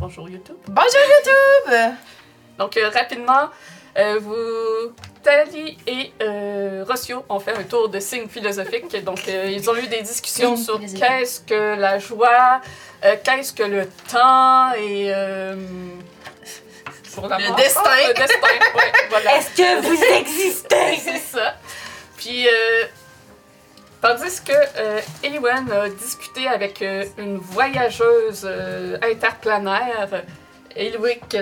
Bonjour YouTube. Bonjour YouTube! Donc rapidement, Tali et Rossio ont fait un tour de signes philosophiques. Donc ils ont eu des discussions sur qu'est-ce que la joie, qu'est-ce que le temps et... sur la Le mort. destin. Le destin, ouais, voilà. Est-ce que vous existez? C'est ça. Puis, tandis que Ewan a discuté avec une voyageuse interplanaire, Elwick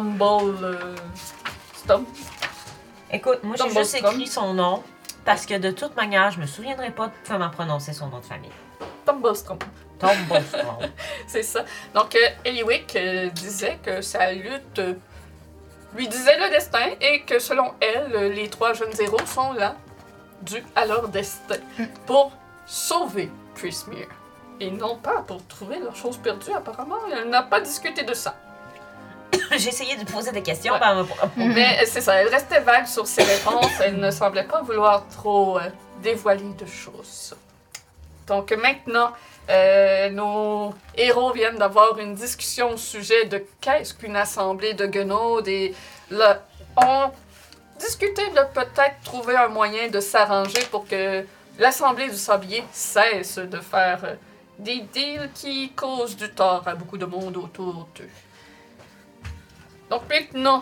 Stump. Écoute, moi j'ai Tumblestrom. juste écrit son nom parce que de toute manière, je me souviendrai pas de comment prononcer son nom de famille. Tumblestrom. Tumblestrom. C'est ça. Donc, Eliwick disait que sa lutte lui disait le destin et que selon elle, les 3 jeunes héros sont là, dus à leur destin, pour sauver Prismere. Et non pas pour trouver leur chose perdue, apparemment. Elle n'a pas discuté de ça. J'ai essayé de poser des questions. Ouais. Mais c'est ça, elle restait vague sur ses réponses. Elle ne semblait pas vouloir trop dévoiler de choses. Donc maintenant, nos héros viennent d'avoir une discussion au sujet de qu'est-ce qu'une assemblée de guenaudes et là, ont discuté de peut-être trouver un moyen de s'arranger pour que l'assemblée du sablier cesse de faire des deals qui causent du tort à beaucoup de monde autour d'eux. Donc maintenant,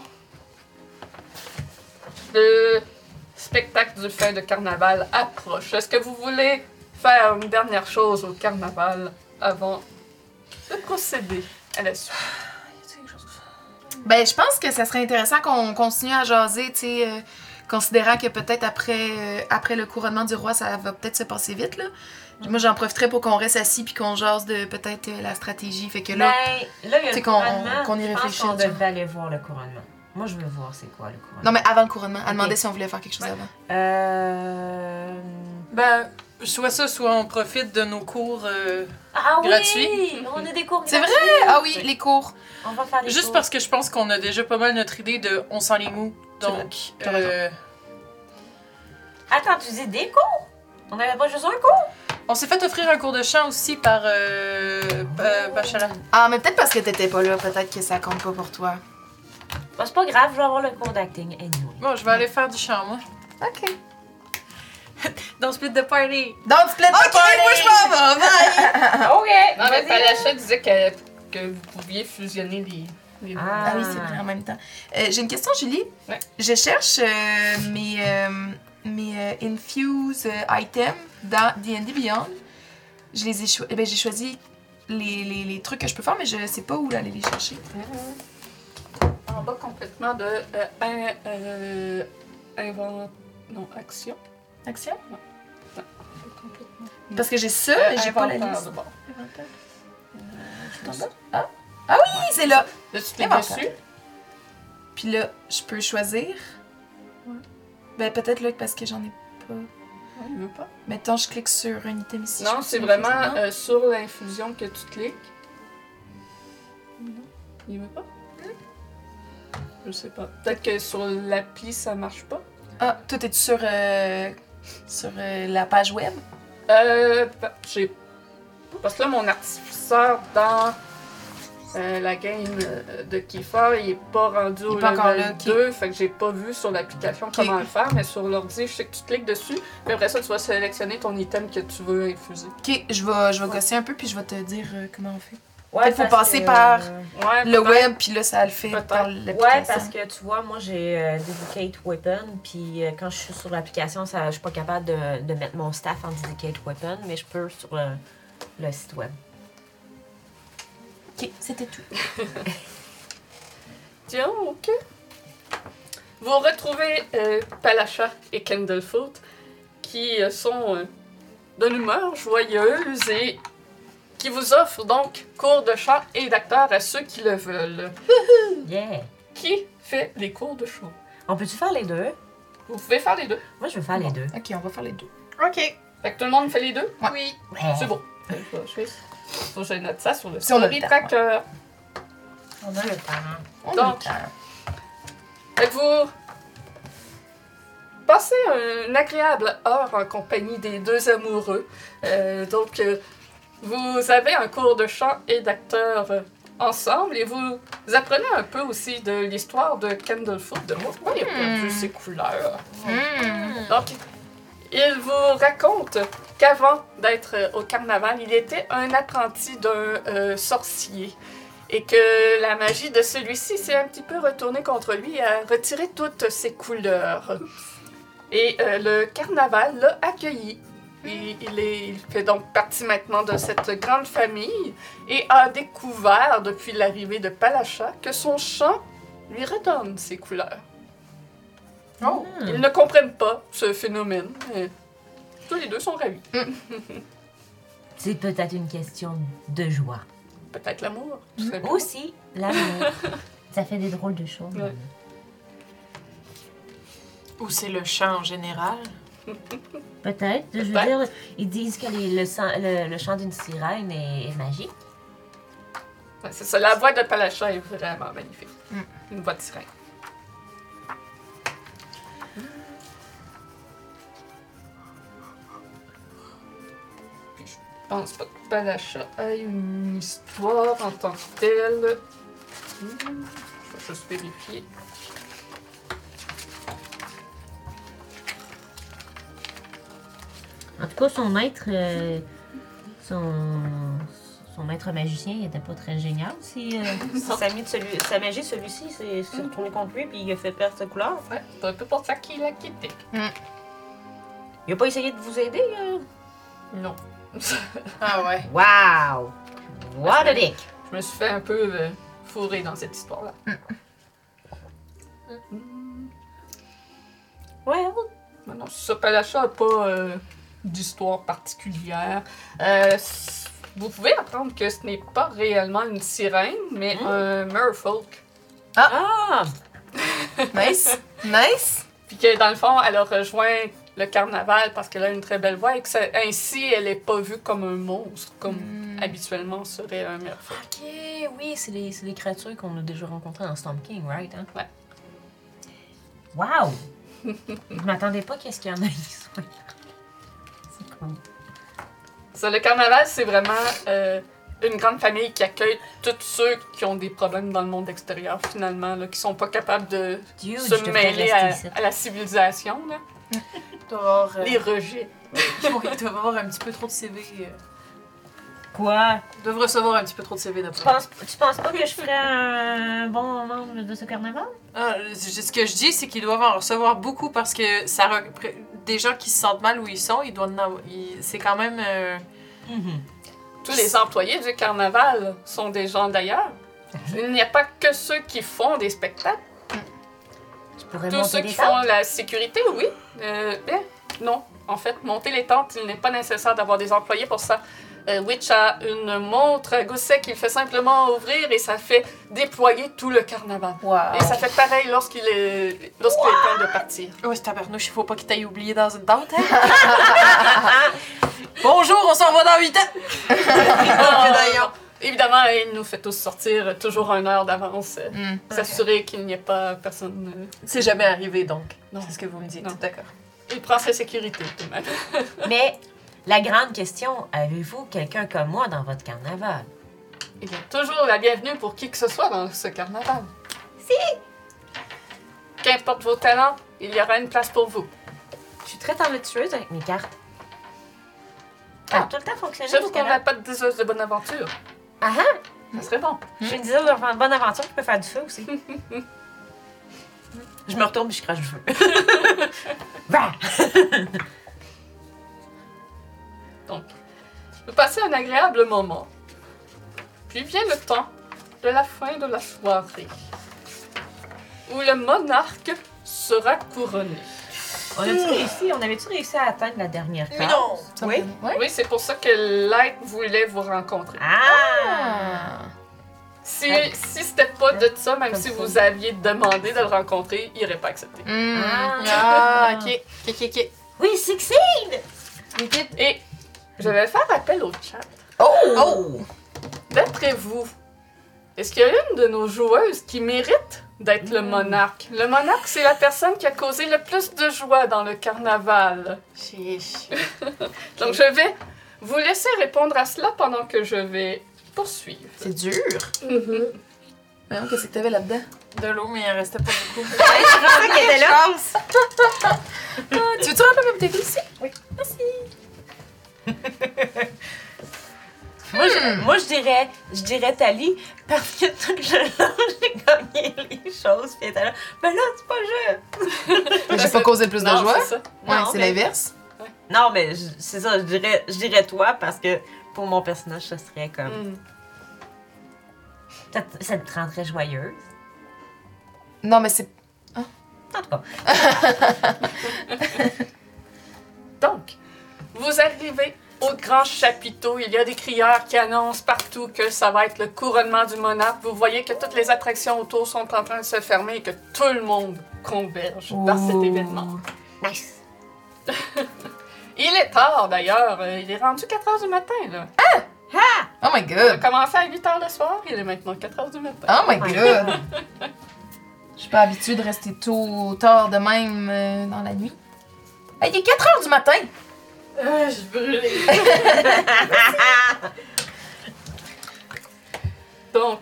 le spectacle du fin de carnaval approche. Est-ce que vous voulez faire une dernière chose au carnaval avant de procéder à la suite? Ben, je pense que ça serait intéressant qu'on continue à jaser, tu sais, considérant que peut-être après le couronnement du roi, ça va peut-être se passer vite, là. Moi, j'en profiterais pour qu'on reste assis puis qu'on jase de peut-être la stratégie. Fait que là, Ben, là, il y a c'est le qu'on- couronnement. qu'on y Je pense réfléchit, qu'on genre. devait aller voir le couronnement. Moi, je veux voir c'est quoi le couronnement. non, mais avant le couronnement, elle Ok. demandait si on voulait faire quelque chose avant. Ben, soit ça, soit on profite de nos cours. Ah oui! Gratuit. On a des cours C'est gratuits. Ah oui, les cours. On va faire des Juste cours. parce que je pense qu'on a déjà pas mal notre idée de on s'enligne où. C'est vrai. Donc, T'as raison. Attends, tu dis des cours? On n'avait pas juste un cours? on s'est fait offrir un cours de chant aussi par Bachala. Ah, mais peut-être parce que t'étais pas là, peut-être que ça compte pas pour toi. Ben, c'est pas grave, je vais avoir le cours d'acting anyway. Bon, je vais aller faire du chant, moi. OK. Dans Split the Party. Donc, split the party! moi je m'en vais, bye! OK! Non, mais vas-y. Palacha disait que vous pouviez fusionner les Ah. Ah oui, c'est vrai, en même temps. J'ai une question, Julie. Ouais. Je cherche mes infuse items dans D&D Beyond. Je les ai j'ai choisi les trucs que je peux faire, mais je sais pas où aller les chercher. En bas complètement de action. Action? Complètement. Parce que j'ai ça, mais j'ai pas la Inventaire liste. de bord. Inventaire. Je sais. Ah oui, c'est là! Là, tu cliques Inventaire. dessus. Puis là, je peux choisir. Ouais. Ben peut-être là, parce que j'en ai pas. Ouais, il veut pas. Mettons, je clique sur un item ici. Non, je c'est clique vraiment sur ça, non? sur l'infusion que tu cliques. Non, il veut pas. Je sais pas. Peut-être que sur l'appli, ça marche pas. Ah, toi, t'es-tu sur la page web? J'ai... Parce que là, mon artificeur dans la game de Kiefer, il est pas rendu Il au est pas encore level là, ok. 2, fait que j'ai pas vu sur l'application comment le faire, mais sur l'ordi, je sais que tu cliques dessus, puis après ça, tu vas sélectionner ton item que tu veux infuser. Ok, je vais gosser un peu, puis je vais te dire comment on fait. Ouais, Peut-être faut parce passer que, par Ouais, le peut-être. web, puis là, ça le fait Peut-être. par Ouais, l'application. parce que tu vois, moi j'ai Dedicate Weapon, puis quand je suis sur l'application, je suis pas capable de mettre mon staff en Dedicate Weapon, mais je peux sur le site web. Ok, c'était tout. Tiens, ok. Vous retrouvez Palacha et Candlefoot qui sont de l'humeur joyeuse et qui vous offrent donc cours de chant et d'acteur à ceux qui le veulent. Yeah! Qui fait les cours de chant? On peut-tu faire les deux? Vous pouvez faire les deux. Moi, je veux faire les deux. Ok, on va faire les deux. Ok. Fait que tout le monde fait les deux? Ouais. Oui. C'est beau. Faut que je note ça sur le Si on a le story temps, tracker. On a le temps. On a Donc, le temps. Fait que vous passez une agréable heure en compagnie des deux amoureux. Vous avez un cours de chant et d'acteur ensemble et vous apprenez un peu aussi de l'histoire de Candlefoot, de pourquoi il a perdu ses couleurs. Donc, il vous raconte qu'avant d'être au carnaval, il était un apprenti d'un sorcier et que la magie de celui-ci s'est un petit peu retournée contre lui et a retiré toutes ses couleurs. Et le carnaval l'a accueilli. Il fait donc partie maintenant de cette grande famille et a découvert depuis l'arrivée de Palacha que son chant lui redonne ses couleurs. Oh! Ils ne comprennent pas ce phénomène, mais tous les deux sont ravis. C'est peut-être une question de joie. Peut-être l'amour, tout simplement. Aussi, l'amour. Ça fait des drôles de choses. Ouais. Ou c'est le chant en général. Peut-être. Je veux dire, ils disent que le chant d'une sirène est magique. Ouais, c'est ça, la voix de Palacha est vraiment magnifique. Une voix de sirène. Puis je pense pas que Palacha ait une histoire en tant que telle. Je vais juste vérifier. En tout cas, son maître, son maître magicien, il était pas très génial. Si sa magie, celui-ci, s'est retourné contre lui puis il a fait perdre sa couleur. Ouais, c'est un peu pour ça qu'il a quitté. Il a pas essayé de vous aider? Non. Ah ouais. Wow! What a dick! Je me suis fait un peu fourrer dans cette histoire-là. Ouais. Non, ça, Palacha n'a pas d'histoire particulière. Vous pouvez apprendre que ce n'est pas réellement une sirène, mais un merfolk. Ah! Nice! Nice! Puis que dans le fond, elle a rejoint le carnaval parce qu'elle a une très belle voix et que ainsi, elle n'est pas vue comme un monstre, comme habituellement serait un merfolk. Ok, oui, c'est les créatures qu'on a déjà rencontrées dans Storm King, right? Hein? Ouais. Wow! Je m'attendais pas qu'est-ce qu'il y en a qui soient. C'est cool. Ça, le carnaval, c'est vraiment une grande famille qui accueille tous ceux qui ont des problèmes dans le monde extérieur, finalement, là, qui sont pas capables de Dieu, se mêler à la civilisation. Là. Il doit avoir, Les rejets. il doit avoir un petit peu trop de CV. Quoi? Ils doivent recevoir un petit peu trop de CV d'après. Tu penses pas que je ferais un bon membre de ce carnaval? Ah, ce que je dis, c'est qu'ils doivent en recevoir beaucoup parce que ça des gens qui se sentent mal où ils sont, ils doivent en avoir. C'est quand même. Tous les employés du carnaval sont des gens d'ailleurs. Il n'y a pas que ceux qui font des spectacles. Je pourrais Tous monter ceux des qui tables? font la sécurité, oui. Bien, non. En fait, monter les tentes, il n'est pas nécessaire d'avoir des employés pour ça. Witch a une montre à gousset qu'il fait simplement ouvrir et ça fait déployer tout le carnaval. Wow! Et ça fait pareil lorsqu'il est temps de partir. Ouais, c'est tabarnouche, il faut pas qu'il t'aille oublié dans une tente, hein? Bonjour, on s'en va dans 8 ans! Évidemment, il nous fait tous sortir toujours 1 heure d'avance. S'assurer qu'il n'y ait pas personne. C'est jamais arrivé, donc. Non. C'est ce que vous me dites. Non. D'accord. Il prend sa sécurité tout de même. Mais la grande question, avez-vous quelqu'un comme moi dans votre carnaval? Il y a toujours la bienvenue pour qui que ce soit dans ce carnaval. Si! Qu'importe vos talents, il y aura une place pour vous. Je suis très talentueuse avec mes cartes. Ça a tout le temps fonctionné Je vous jusqu'à là. convainc pas de diseuse de bonne aventure. Ah ah! Ça serait bon. Je suis une dizaine de bonne aventure qui peut faire du feu aussi. Je me retourne et je crache du feu. Bah! Donc, vous passez un agréable moment. Puis vient le temps de la fin de la soirée, où le monarque sera couronné. On avait-tu réussi à atteindre la dernière case? Non! Oui? Oui, c'est pour ça que Light voulait vous rencontrer. Ah! Si c'était pas de ça, même Comme si ça. vous aviez demandé de le rencontrer, il n'aurait pas accepté. Ah, ok. Ok. Oui, succède! Et je vais faire appel au chat. Oh! D'après vous, est-ce qu'il y a une de nos joueuses qui mérite d'être le monarque? Le monarque, c'est la personne qui a causé le plus de joie dans le carnaval. Chiche. Donc, je vais vous laisser répondre à cela pendant que je vais poursuivre. C'est dur. Mm-hmm. Voyons, qu'est-ce que t'avais là-dedans? De l'eau, mais il en restait pas beaucoup. C'est ça qui était là. Tu veux-tu remplir ma bouteille ici? Moi, je dirais Tali, parce que tout le long, j'ai gagné les choses. Puis elle était là, mais là, c'est pas juste. J'ai pas causé plus de Non, joie. c'est ça. Ouais, Non, c'est mais- l'inverse. Non, mais c'est ça, je dirais toi, parce que pour mon personnage, ça serait comme. Mm. Ça te rendrait joyeuse. Non, mais c'est. En tout cas. Donc, vous arrivez au grand chapiteau. Il y a des crieurs qui annoncent partout que ça va être le couronnement du monarque. Vous voyez que toutes les attractions autour sont en train de se fermer et que tout le monde converge vers cet événement. Nice. Il est tard d'ailleurs. Il est rendu 4 h du matin. Là. Oh my Il a god. commencé à 8 h le soir. Il est maintenant 4 h du matin. Oh my god. Je suis pas habituée de rester tard de même dans la nuit. Hey, il est 4 heures du matin. Je brûle. Donc,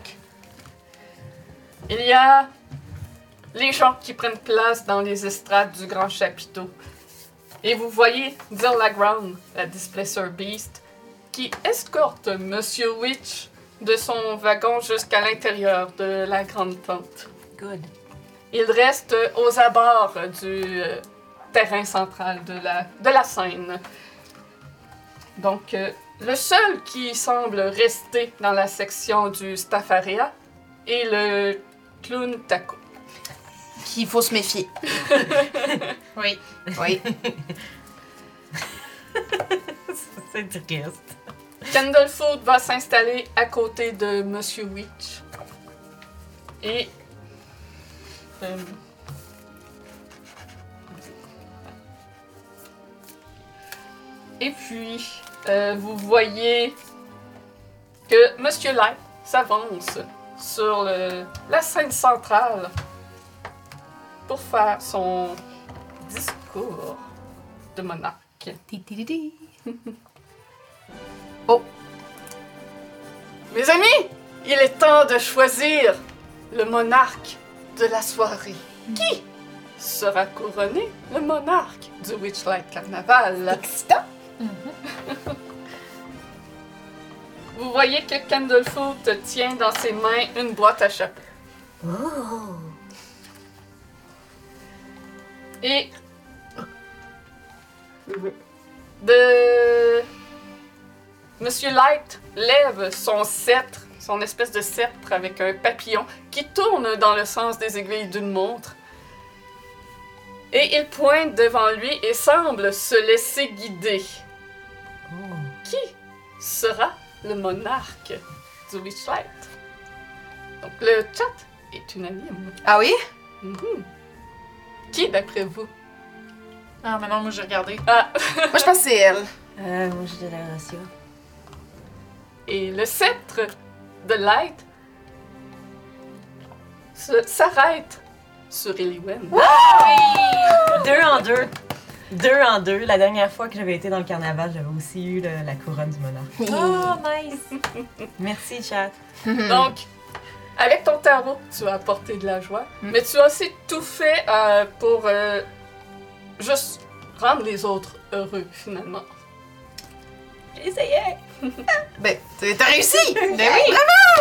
il y a les gens qui prennent place dans les estrades du grand chapiteau. Et vous voyez Dillaground, la Displacer Beast, qui escorte Monsieur Witch de son wagon jusqu'à l'intérieur de la grande tente. Good. Il reste aux abords du terrain central de la scène. Donc, le seul qui semble rester dans la section du staff area est le clown Taco. Qu'il faut se méfier. Oui. Oui. C'est triste. Candlefoot va s'installer à côté de Monsieur Witch. Et... Et puis, vous voyez que Monsieur Light s'avance sur la scène centrale pour faire son discours de monarque. Ti-ti-ti-ti. Mes amis, il est temps de choisir le monarque de la soirée. Qui sera couronné le monarque du Witchlight Carnaval? Excitant. Vous voyez que Candlefoot tient dans ses mains une boîte à chapeau. Oh. Et de Monsieur Light lève son sceptre, son espèce de sceptre avec un papillon qui tourne dans le sens des aiguilles d'une montre. Et il pointe devant lui et semble se laisser guider. Oh. Qui sera le monarque du Witchlight? Donc le chat est unanime. Ah oui? Mhm. Qui d'après vous? Ah, maintenant, moi, j'ai regardé. Ah, Moi, je pense que c'est elle. Moi, je dirais Horatia. et le sceptre de Light s'arrête sur Eliwen. 2 en 2. 2 en 2. La dernière fois que j'avais été dans le carnaval, j'avais aussi eu la couronne du monarque. Oh, nice! Merci, chat. Donc, avec ton tarot, tu as apporté de la joie, mais tu as aussi tout fait pour juste rendre les autres heureux, finalement. J'ai essayé! Ben, t'as réussi! Ben oui!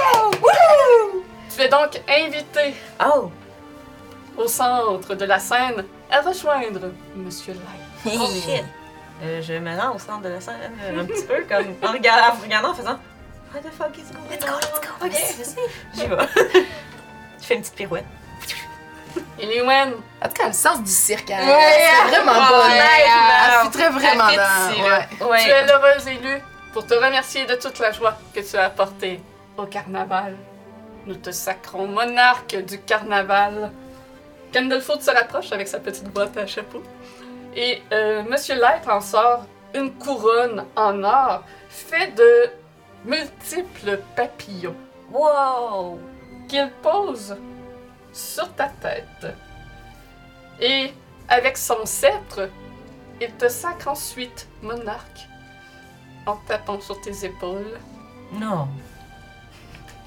Tu es donc invité Oh! au centre de la scène à rejoindre Monsieur Light. Oh shit! Je me rends au centre de la scène un petit peu, comme en regardant, en faisant What the fuck is going on? Let's go, let's go, Ok, vas-y. j'y vais. Je fais une petite pirouette. Eliwen, En tout cas, le sens du cirque, elle, Ouais, c'est vraiment ouais, bonne. ouais, Elle fit très vraiment elle fit dans... ici, là. Ouais. tu es l'heureuse élue pour te remercier de toute la joie que tu as apportée au carnaval. Nous te sacrons monarque du carnaval. Candlefoot se rapproche avec sa petite boîte à chapeau. Et Monsieur Light en sort une couronne en or faite de multiples papillons Wow! qu'il pose sur ta tête. Et avec son sceptre, il te sacre ensuite monarque en tapant sur tes épaules. Non.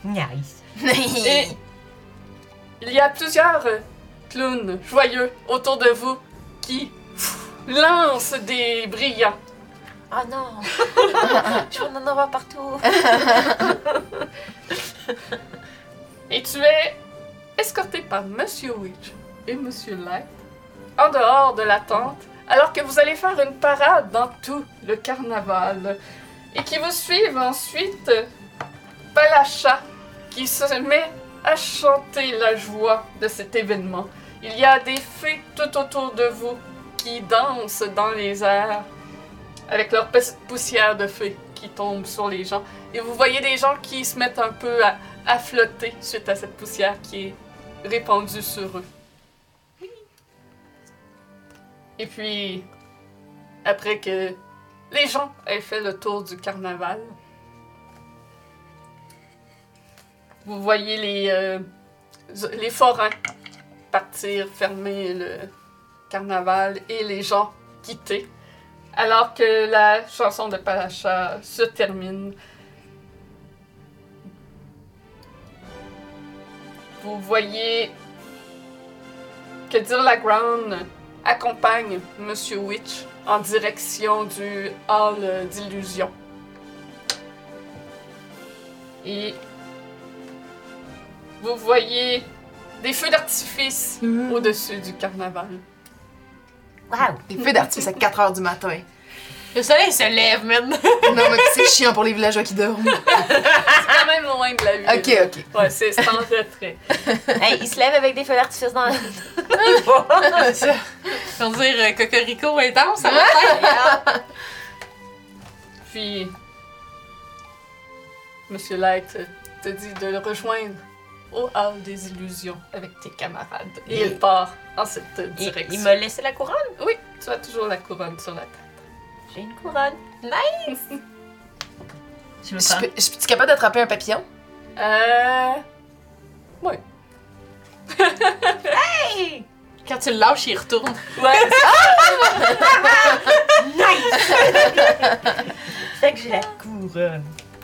Nice. Et il y a plusieurs clowns joyeux autour de vous qui lancent des brillants. Oh non! Je vais en avoir partout. Et tu es escorté par Monsieur Witch et Monsieur Light en dehors de la tente, alors que vous allez faire une parade dans tout le carnaval. Et qui vous suivent ensuite Palacha, qui se met à chanter la joie de cet événement. Il y a des fées tout autour de vous qui dansent dans les airs avec leur poussière de fées qui tombe sur les gens. Et vous voyez des gens qui se mettent un peu à flotter suite à cette poussière qui est répandue sur eux. Et puis, après que les gens aient fait le tour du carnaval, vous voyez les forains partir, fermer le carnaval et les gens quitter. Alors que la chanson de Palacha se termine, vous voyez que Dirlaground accompagne Monsieur Witch en direction du hall d'illusion. Et vous voyez des feux d'artifice au-dessus du carnaval. Wow! Des feux d'artifice à 4h du matin. Le soleil se lève, man. Non, mais c'est chiant pour les villageois qui dorment. C'est quand même loin de la ville. Ok. Ouais, c'est en retrait. Hey, il se lève avec des feux d'artifice dans la... On va dire cocorico intense, ça va faire. Puis, Monsieur Light te dit de le rejoindre au hall des illusions avec tes camarades. Et il part en cette direction. Il m'a laissé la couronne? Oui, tu as toujours la couronne sur la tête. J'ai une couronne. Nice! Je me sens... Je suis capable d'attraper un papillon? Ouais. Hey! Quand tu le lâches, il retourne. Ouais. Nice! Fait que j'ai la couronne.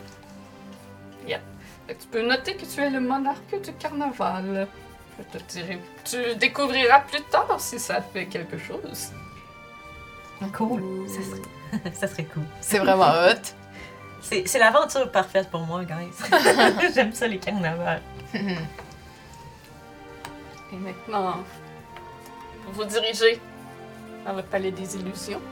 Fait que tu peux noter que tu es le monarque du carnaval. Je te dirai. Tu découvriras plus tard si ça fait quelque chose. Cool. Ça serait cool. C'est vraiment hot. C'est l'aventure parfaite pour moi, guys. J'aime ça, les carnavals. Et maintenant, vous vous dirigez dans le palais des illusions.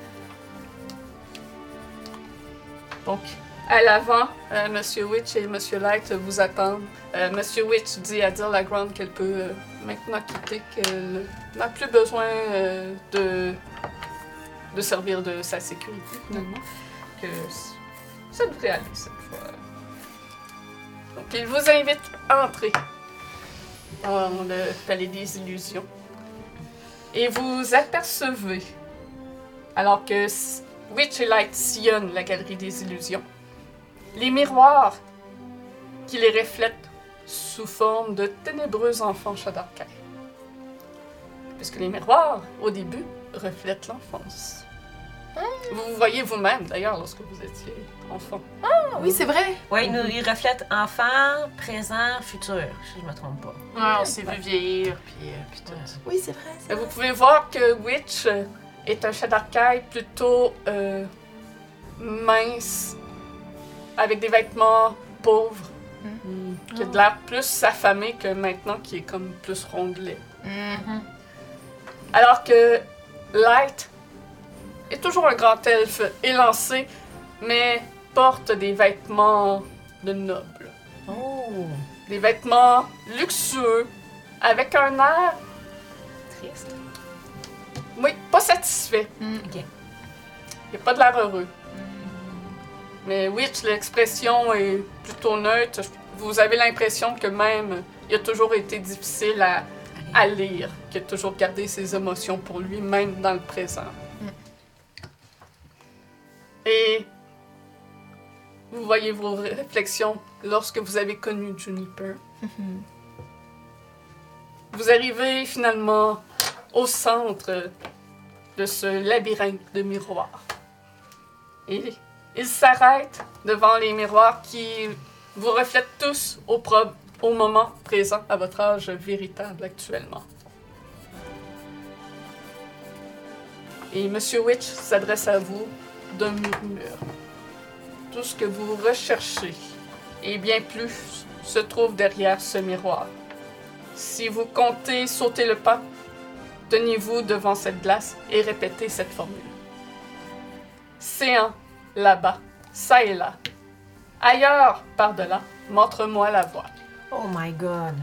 Donc, à l'avant, Monsieur Witch et Monsieur Light vous attendent. Monsieur Witch dit à Dirlaground qu'elle peut maintenant quitter, qu'elle n'a plus besoin de servir de sa sécurité, finalement. Que ça devrait aller cette fois. Donc, il vous invite à entrer dans le palais des illusions. Et vous apercevez, alors que Witch et Light sillonnent la galerie des illusions, les miroirs qui les reflètent sous forme de ténébreux enfants Shadar-kai. Puisque les miroirs, au début, reflètent l'enfance. Vous vous voyez vous-même, d'ailleurs, lorsque vous étiez enfant. Ah oui, c'est vrai. Ouais, il reflète enfant, présent, futur, si je me trompe pas. Ouais, on s'est vu vieillir, puis tout. Oui, c'est vrai. Et vous pouvez voir que Witch est un Shadar-kai plutôt mince, avec des vêtements pauvres, qui a de l'air plus affamé que maintenant, qui est comme plus rondelet. Alors que Light est toujours un grand elfe élancé, mais porte des vêtements de noble. Oh! Des vêtements luxueux, avec un air, Triste. oui, pas satisfait. Ok. Il n'y a pas de l'air heureux. Mais Witch, l'expression est plutôt neutre. Vous avez l'impression que même, il a toujours été difficile à lire, qu'il a toujours gardé ses émotions pour lui, même dans le présent. Et vous voyez vos réflexions lorsque vous avez connu Juniper. Vous arrivez finalement au centre de ce labyrinthe de miroirs. Et il s'arrête devant les miroirs qui vous reflètent tous au moment présent à votre âge véritable actuellement. Et Monsieur Witch s'adresse à vous d'un murmure. Tout ce que vous recherchez et bien plus se trouve derrière ce miroir. Si vous comptez sauter le pas, tenez-vous devant cette glace et répétez cette formule. Séant, là-bas, ça et là. Ailleurs, par-delà, montre-moi la voie. Oh my god.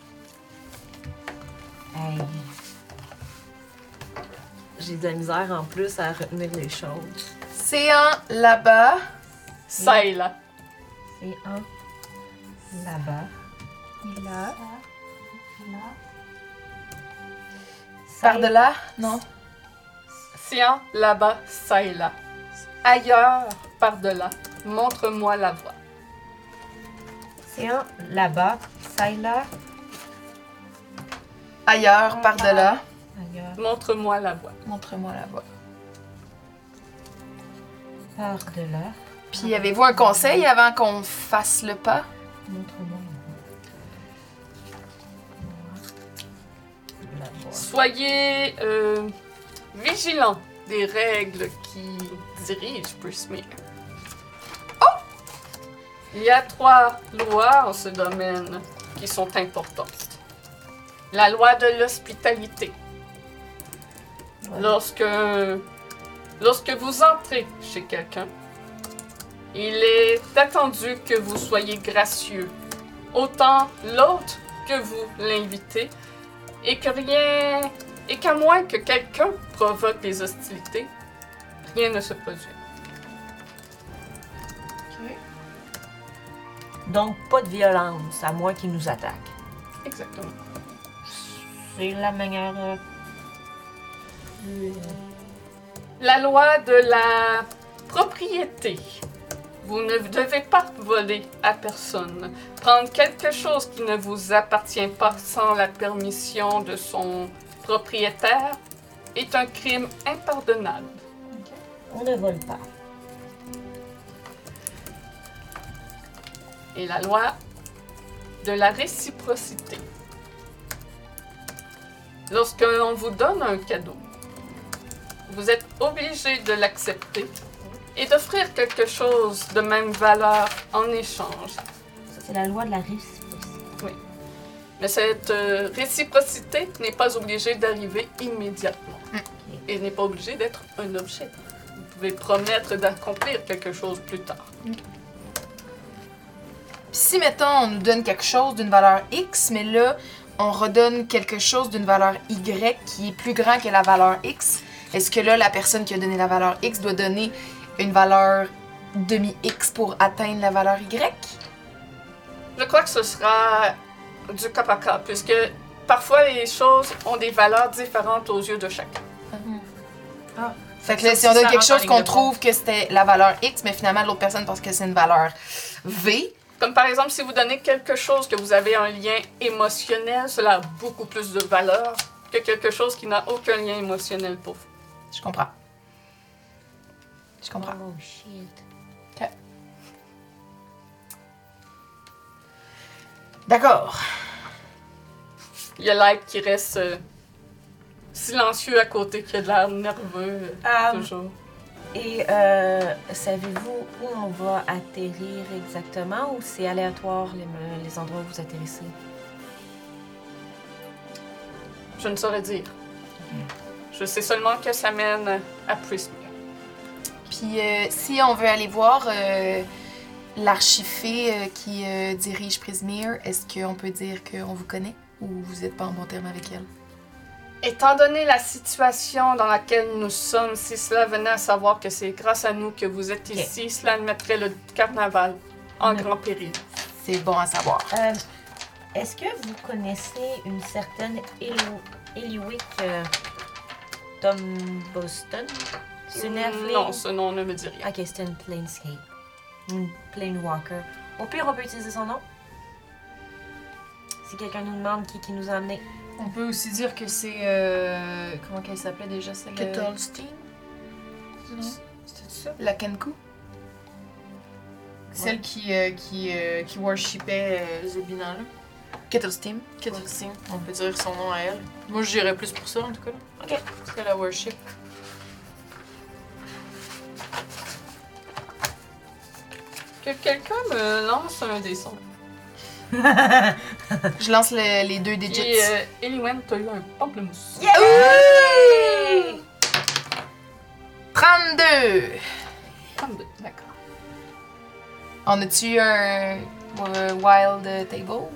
Hey. J'ai de la misère en plus à retenir les choses. Séant là-bas. Ça et là. C'est un là-bas. Là. Là. Par-delà? Non. Séant, là-bas, ça et là. Ailleurs, par-delà, montre-moi la voie. C'est un là-bas. Ça et là. Ailleurs, par-delà. Ailleurs. Montre-moi la voie. Montre-moi la voie. Par-delà. Puis avez-vous un conseil avant qu'on fasse le pas? Montre-moi la voie. Soyez vigilants des règles qui dirigent Prismere. Oh! Il y a 3 lois en ce domaine qui sont importantes. La loi de l'hospitalité. Ouais. Lorsque vous entrez chez quelqu'un, il est attendu que vous soyez gracieux, autant l'hôte que vous l'invitez, et qu'à moins que quelqu'un provoque des hostilités, rien ne se produit. Donc, pas de violence, à moins qu'ils nous attaquent. Exactement. C'est la manière... La loi de la propriété. Vous ne devez pas voler à personne. Prendre quelque chose qui ne vous appartient pas sans la permission de son propriétaire est un crime impardonnable. On ne vole pas. Et la loi de la réciprocité. Lorsqu'on vous donne un cadeau, vous êtes obligé de l'accepter et d'offrir quelque chose de même valeur en échange. Ça, c'est la loi de la réciprocité. Mais cette réciprocité n'est pas obligée d'arriver immédiatement. Et n'est pas obligée d'être un objet. Vous pouvez promettre d'accomplir quelque chose plus tard. Puis si, mettons, on nous donne quelque chose d'une valeur X, mais là, on redonne quelque chose d'une valeur Y qui est plus grand que la valeur X, est-ce que là, la personne qui a donné la valeur X doit donner une valeur demi-X pour atteindre la valeur Y? Je crois que ce sera du cas par cas, puisque parfois les choses ont des valeurs différentes aux yeux de chacun. Fait que là, si on donne quelque chose qu'on trouve que c'était la valeur X, mais finalement l'autre personne pense que c'est une valeur V. Comme par exemple, si vous donnez quelque chose que vous avez un lien émotionnel, cela a beaucoup plus de valeur que quelque chose qui n'a aucun lien émotionnel pour vous. Je comprends. Je comprends. Oh shit. D'accord. Il y a Light qui reste silencieux à côté, qui a de l'air nerveux toujours. Et savez-vous où on va atterrir exactement ou c'est aléatoire les endroits où vous atterrissez? Je ne saurais dire. Je sais seulement que ça mène à Prismere. Puis si on veut aller voir l'archifée qui dirige Prismere, est-ce qu'on peut dire qu'on vous connaît ou vous n'êtes pas en bon terme avec elle? Étant donné la situation dans laquelle nous sommes, si cela venait à savoir que c'est grâce à nous que vous êtes ici, cela mettrait le carnaval en grand péril. C'est bon à savoir. Est-ce que vous connaissez une certaine Eliwick Tom Boston? C'est une elfe? Non, ce nom ne me dit rien. Ok, c'est une Planescape. Une Planewalker. Au pire, on peut utiliser son nom. Si quelqu'un nous demande qui nous a amenés. On peut aussi dire que c'est. Comment qu'elle s'appelait déjà celle Kettlestein? C'était ça? La Kenku? Celle qui worshipait Zebina, là. Kettle Steam. Kettle Steam. On peut dire son nom à elle. Moi, j'irais plus pour ça, en tout cas. Là. Ok. Parce qu'elle a worship. Que quelqu'un me lance un dessin. Je lance les 2 digits. Et Eliwen, t'as eu un pamplemousse. Yay! 32! 32, d'accord. On a-tu un wild table?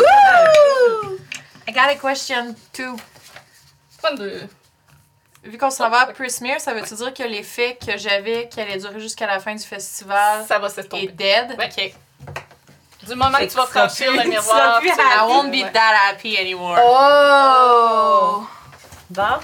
I got a question, too. 32. Vu qu'on s'en va à Prismere, ça veut-tu dire que l'effet que j'avais qui allait durer jusqu'à la fin du festival Ça va est s'estomper. dead? Ouais. Ok. Du moment que tu vas Ça sera franchir plus- le ça sera miroir, plus tu sais, I won't be ouais. that happy anymore. Oh! Bon,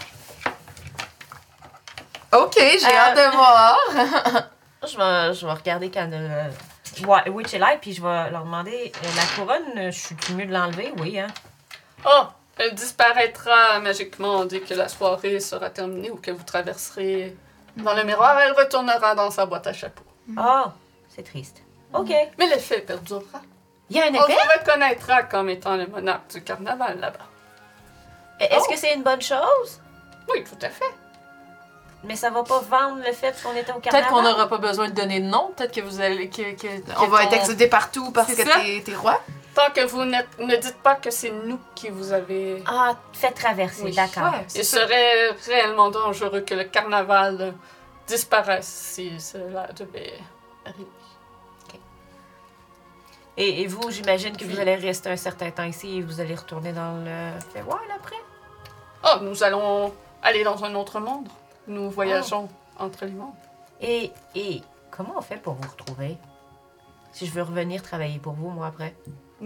Ok, j'ai hâte de voir. je vais regarder quand Witch est là, puis je vais leur demander la couronne, je suis mieux de l'enlever, oui, hein. Oh! Elle disparaîtra magiquement dès que la soirée sera terminée ou que vous traverserez dans le miroir. Elle retournera dans sa boîte à chapeau. Ah, c'est triste. Ok. Mais l'effet perdurera. Il y a un On effet? vous reconnaîtra comme étant le monarque du carnaval là-bas. Est-ce que c'est une bonne chose? Oui, tout à fait. Mais ça va pas vendre le fait qu'on était au carnaval? Peut-être qu'on n'aura pas besoin de donner de nom. Peut-être que vous allez. On va être exilés partout parce C'est que ça? t'es roi. Tant que vous ne dites pas que c'est nous qui vous avez... Ah, fait traverser, Oui. d'accord. Ouais, Il serait réellement dangereux que le carnaval disparaisse si cela devait arriver. Et vous, j'imagine que vous allez rester un certain temps ici et vous allez retourner dans le Feywild après? Oh, nous allons aller dans un autre monde. Nous voyageons entre les mondes. Et comment on fait pour vous retrouver? Si je veux revenir travailler pour vous, moi, après.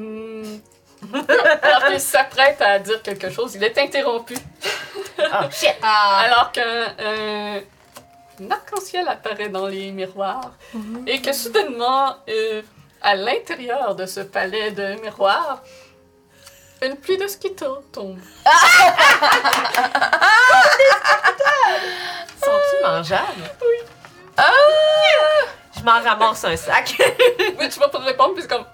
Alors qu'il s'apprête à dire quelque chose, il est interrompu. Ah, shit! Alors qu'un arc-en-ciel apparaît dans les miroirs et que soudainement, à l'intérieur de ce palais de miroirs, une pluie de Skittles tombe. Sont-ils mangeables? Oui. Ah! Je m'en ramasse un sac. Mais tu vas pas te répondre, puis c'est comme...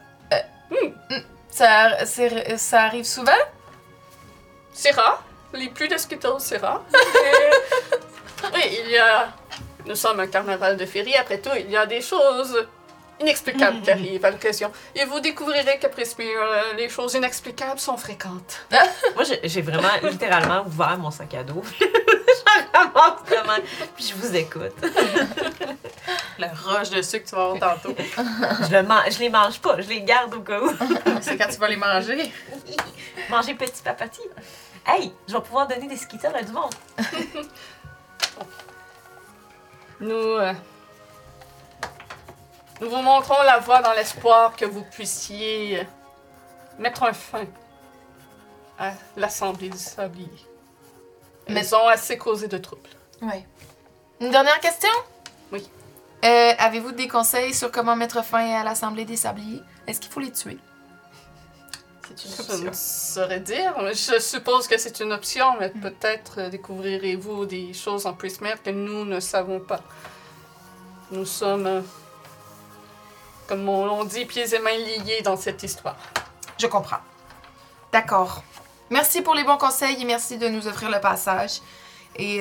Ça arrive souvent? c'est rare. Les pluies de Skittles, c'est rare. Mais, oui, il y a... Nous sommes un carnaval de féerie, après tout, il y a des choses inexplicables qui arrivent à l'occasion. Et vous découvrirez qu'à Prismere, les choses inexplicables sont fréquentes. Moi, j'ai vraiment littéralement ouvert mon sac à dos. J'en ramasse vraiment. Puis je vous écoute. Le rush de sucre que tu vas avoir tantôt. Je les mange pas, je les garde au cas où. C'est quand tu vas les manger. Manger petit papati. Hey, je vais pouvoir donner des Skittles à du monde. Nous vous montrons la voie dans l'espoir que vous puissiez mettre un fin à l'Assemblée du Sablier. Ils ont assez causé de troubles. Oui. Une dernière question? Oui. Avez-vous des conseils sur comment mettre fin à l'Assemblée des Sabliers? Est-ce qu'il faut les tuer? C'est une Je option. ne saurais dire. Je suppose que c'est une option, mais peut-être découvrirez-vous des choses en Prismere que nous ne savons pas. Nous sommes, comme on l'on dit, pieds et mains liés dans cette histoire. Je comprends. D'accord. Merci pour les bons conseils et merci de nous offrir le passage. Et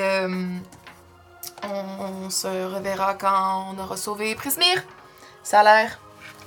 on se reverra quand on aura sauvé Prismere. Ça a l'air.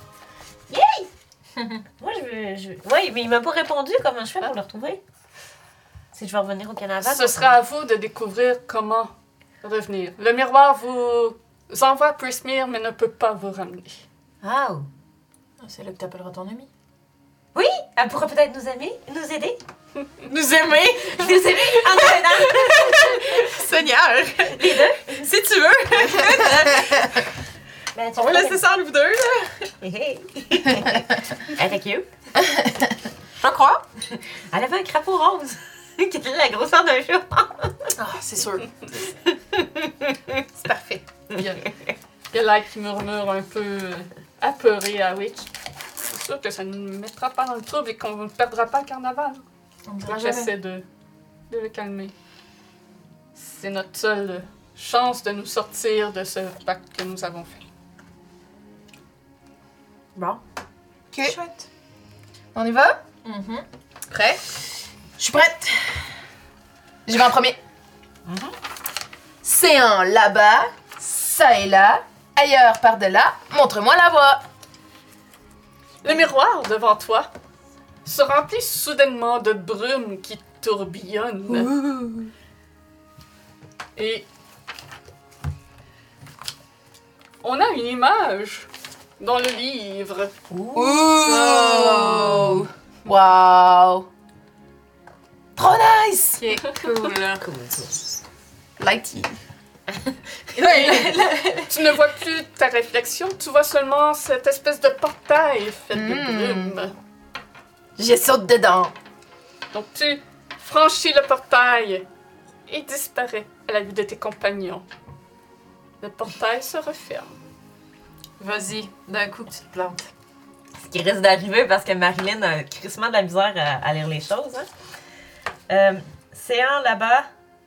Moi, oui, mais il m'a pas répondu comment je fais pour le retrouver. Si je vais revenir au Canada. Ce sera à vous de découvrir comment revenir. Le miroir vous envoie à Prismere, mais ne peut pas vous ramener. Ah. C'est là que t'appelleras ton ami. Oui, elle pourrait peut-être nous aimer, nous aider. Nous aimer! Nous aimer en nous aidant. Seigneur! Les deux. Si tu veux! Ben, tu On va pourrais- laisser ça entre vous deux, là! Hey, hey. Elle était cute. Je crois. Elle avait un crapaud rose. Qui était la grosseur d'un chat. Ah, c'est sûr. C'est parfait. Il y a Light qui murmure un peu apeuré à Witch. C'est sûr que ça ne nous mettra pas dans le trouble et qu'on ne perdra pas le carnaval. On ne Donc j'essaie de le calmer. C'est notre seule chance de nous sortir de ce pacte que nous avons fait. Bon. Ok. Chouette. On y va? Mhm. Prêt? Je suis prête. J'y vais en premier. C'est en là-bas, ça et là, ailleurs par-delà, montre-moi la voie. Le miroir devant toi se remplit soudainement de brume qui tourbillonne. Et on a une image dans le livre. Ouh! Wow! Trop nice! Ok, cool. Lighty. Tu ne vois plus ta réflexion, tu vois seulement cette espèce de portail fait de brume. J'ai saute dedans. Donc tu franchis le portail et disparais à la vue de tes compagnons. Le portail se referme. Vas-y, d'un coup que tu te plantes. Ce qui risque d'arriver parce que Marilyn a crissement de la misère à lire les choses. Hein. Séant là-bas.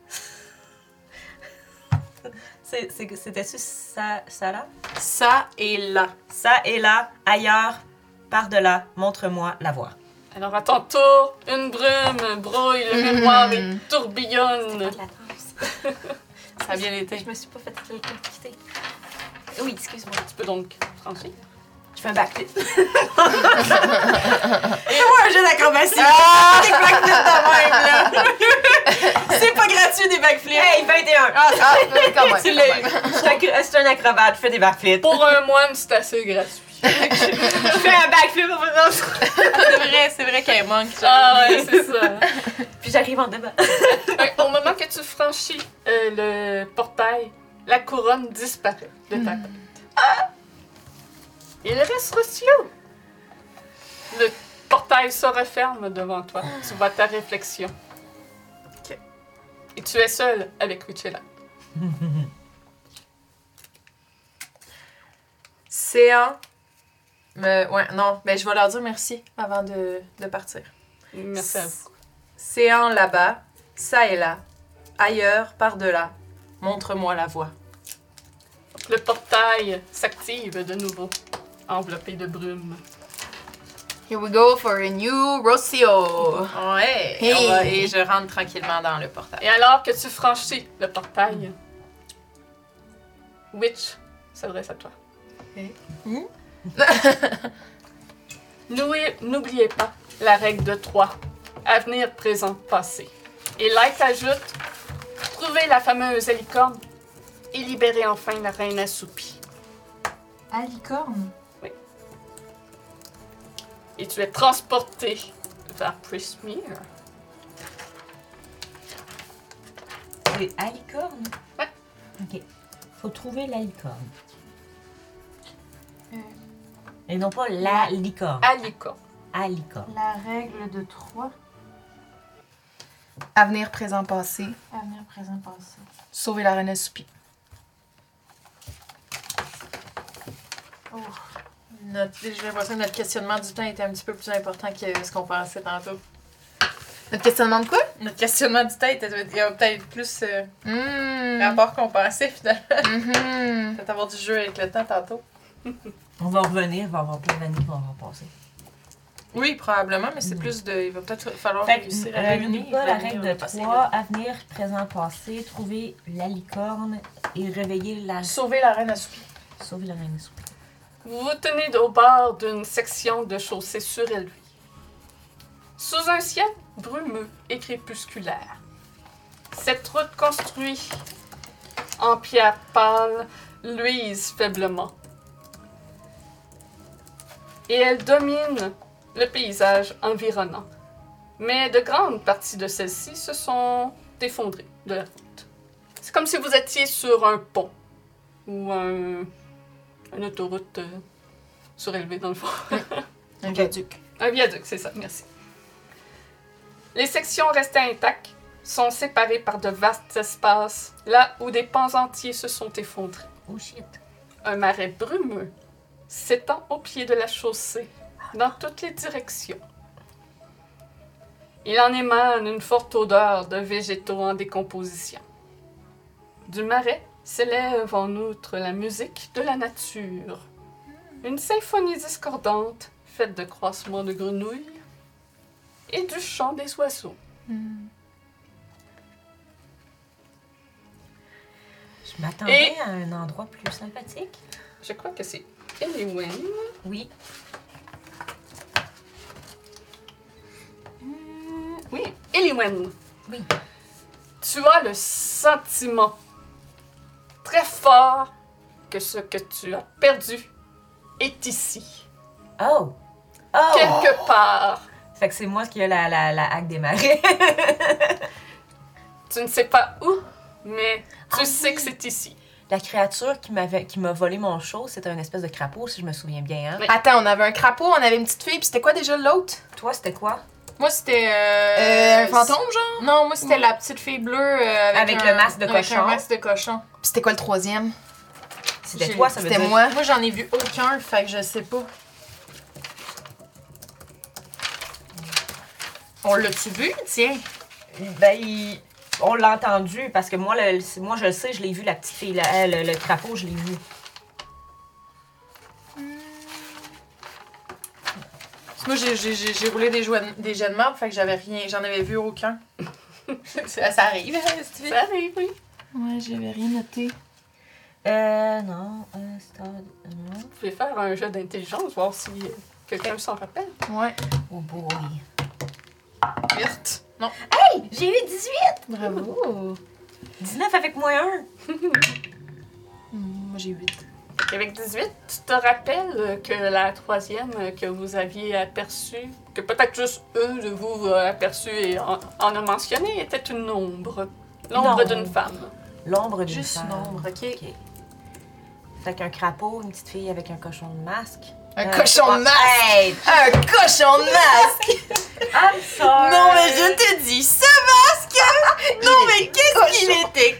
C'était-tu ça là? Ça et là. Ça et là, ailleurs, par-delà, montre-moi la voie. Alors à ton tour, une brume brouille le miroir et tourbillonne. De la danse. Ça a bien été. Je me suis pas fait quitter. Oui, excuse-moi. Tu peux donc franchir. Je fais un backflip. Fais-moi un jeu d'acrobatie! Des backflips de même, là! C'est pas gratuit, des backflips! Hey, 21! Ah, quand même. Tu l'as eu. C'est un acrobate, je fais des backflips. Pour un moine, c'est assez gratuit. Je fais un backflip en faisant ça. C'est vrai qu'elle manque. Ah ouais, c'est ça. Puis j'arrive en débat. Au moment que tu franchis le portail, la couronne disparaît de ta tête. Il reste Rocio. Le portail se referme devant toi. Tu vois ta réflexion. Ok. Et tu es seul avec Richella. Séant. Ouais, non, ben je vais leur dire merci avant de partir. Merci à vous. Séant là-bas, ça et là, ailleurs, par-delà, montre-moi la voie. Le portail s'active de nouveau, enveloppé de brume. Here we go for a new Rocio. Ouais, Hey. et je rentre tranquillement dans le portail. Et alors que tu franchis le portail, Witch s'adresse à toi. N'oubliez pas la règle de 3. Avenir, présent, passé. Et Light ajoute, trouvez la fameuse licorne et libérez enfin la reine assoupie. À licorne? Et tu es transporté vers Prismere. C'est à licorne? Ouais. Ok. Faut trouver la licorne. Et non pas la licorne. À licorne. À licorne. La règle de 3. Avenir, présent, passé. Avenir, présent, passé. Sauver la reine assoupie. J'ai l'impression que notre questionnement du temps était un petit peu plus important que ce qu'on pensait tantôt. Notre questionnement de quoi? Notre questionnement du temps était peut-être plus Mmh. rapport qu'on pensait finalement. Mhm. Peut-être avoir du jeu avec le temps tantôt. On va revenir, il va y avoir plein d'années qui vont avoir passé. Oui, probablement, mais c'est plus de. Il va peut-être falloir Fait que, réussir à n'oublie pas la règle de passer 3, avenir, présent, passé, trouver la licorne et réveiller la... Sauver la reine assoupie. Sauver la reine assoupie. Vous vous tenez au bord d'une section de chaussée surélevée. Sous un ciel brumeux et crépusculaire. Cette route construite en pierre pâle luise faiblement. Et elle domine le paysage environnant. Mais de grandes parties de celle-ci se sont effondrées de la route. C'est comme si vous étiez sur un pont ou une autoroute surélevée dans le fond. Un viaduc. Un viaduc, c'est ça, merci. Les sections restées intactes sont séparées par de vastes espaces, là où des pans entiers se sont effondrés. Oh shit. Un marais brumeux s'étend au pied de la chaussée, dans toutes les directions. Il en émane une forte odeur de végétaux en décomposition. Du marais s'élève en outre la musique de la nature. Une symphonie discordante faite de croissements de grenouilles et du chant des oiseaux. Je m'attendais à un endroit plus sympathique. Je crois que c'est Eliwen. Oui. Oui, Eliwen. Oui. Tu as le sentiment très fort que ce que tu as perdu est ici. Oh! Oh! Quelque part. Fait que c'est moi qui ai la hague des marais. Tu ne sais pas où, mais tu Ah sais oui. que c'est ici. La créature qui m'a volé mon show, c'était une espèce de crapaud, si je me souviens bien. Hein? Oui. Attends, on avait un crapaud, on avait une petite fille, puis c'était quoi déjà l'autre? Toi, c'était quoi? Moi, c'était. Un fantôme, genre? Non, moi, c'était la petite fille bleue Avec le masque de avec cochon. un masque de cochon. Puis c'était quoi le troisième? C'était J'ai- toi, ça veut C'était dire. moi. Moi, j'en ai vu aucun, fait que je sais pas. On l'a-tu vu? Tiens. Ben, on l'a entendu parce que moi, moi je le sais, je l'ai vu, la petite fille, le crapaud, je l'ai vu. Moi, j'ai roulé des jets de marbre, fait que j'avais rien, j'en avais vu aucun. ça arrive, c'est Ça arrive, oui. Ouais, j'avais rien noté. Non, stade, non. Vous pouvez faire un jeu d'intelligence, voir si quelqu'un s'en rappelle. Ouais. Oh boy. Vite. Hey, j'ai eu 18! Bravo. 19 avec moins 1. Moi, j'ai 8. Avec 18, tu te rappelles que la troisième que vous aviez aperçue, que peut-être juste eux de vous aperçu et en a mentionné, était une ombre. L'ombre Une d'une ombre. femme. L'ombre d'une Juste femme. une ombre, ok. Fait qu'un crapaud, une petite fille avec un cochon de masque. Un cochon de masque! Hey, Un cochon de masque! I'm sorry! Non, mais je te dis, ce masque! Non, mais qu'est-ce qu'il était?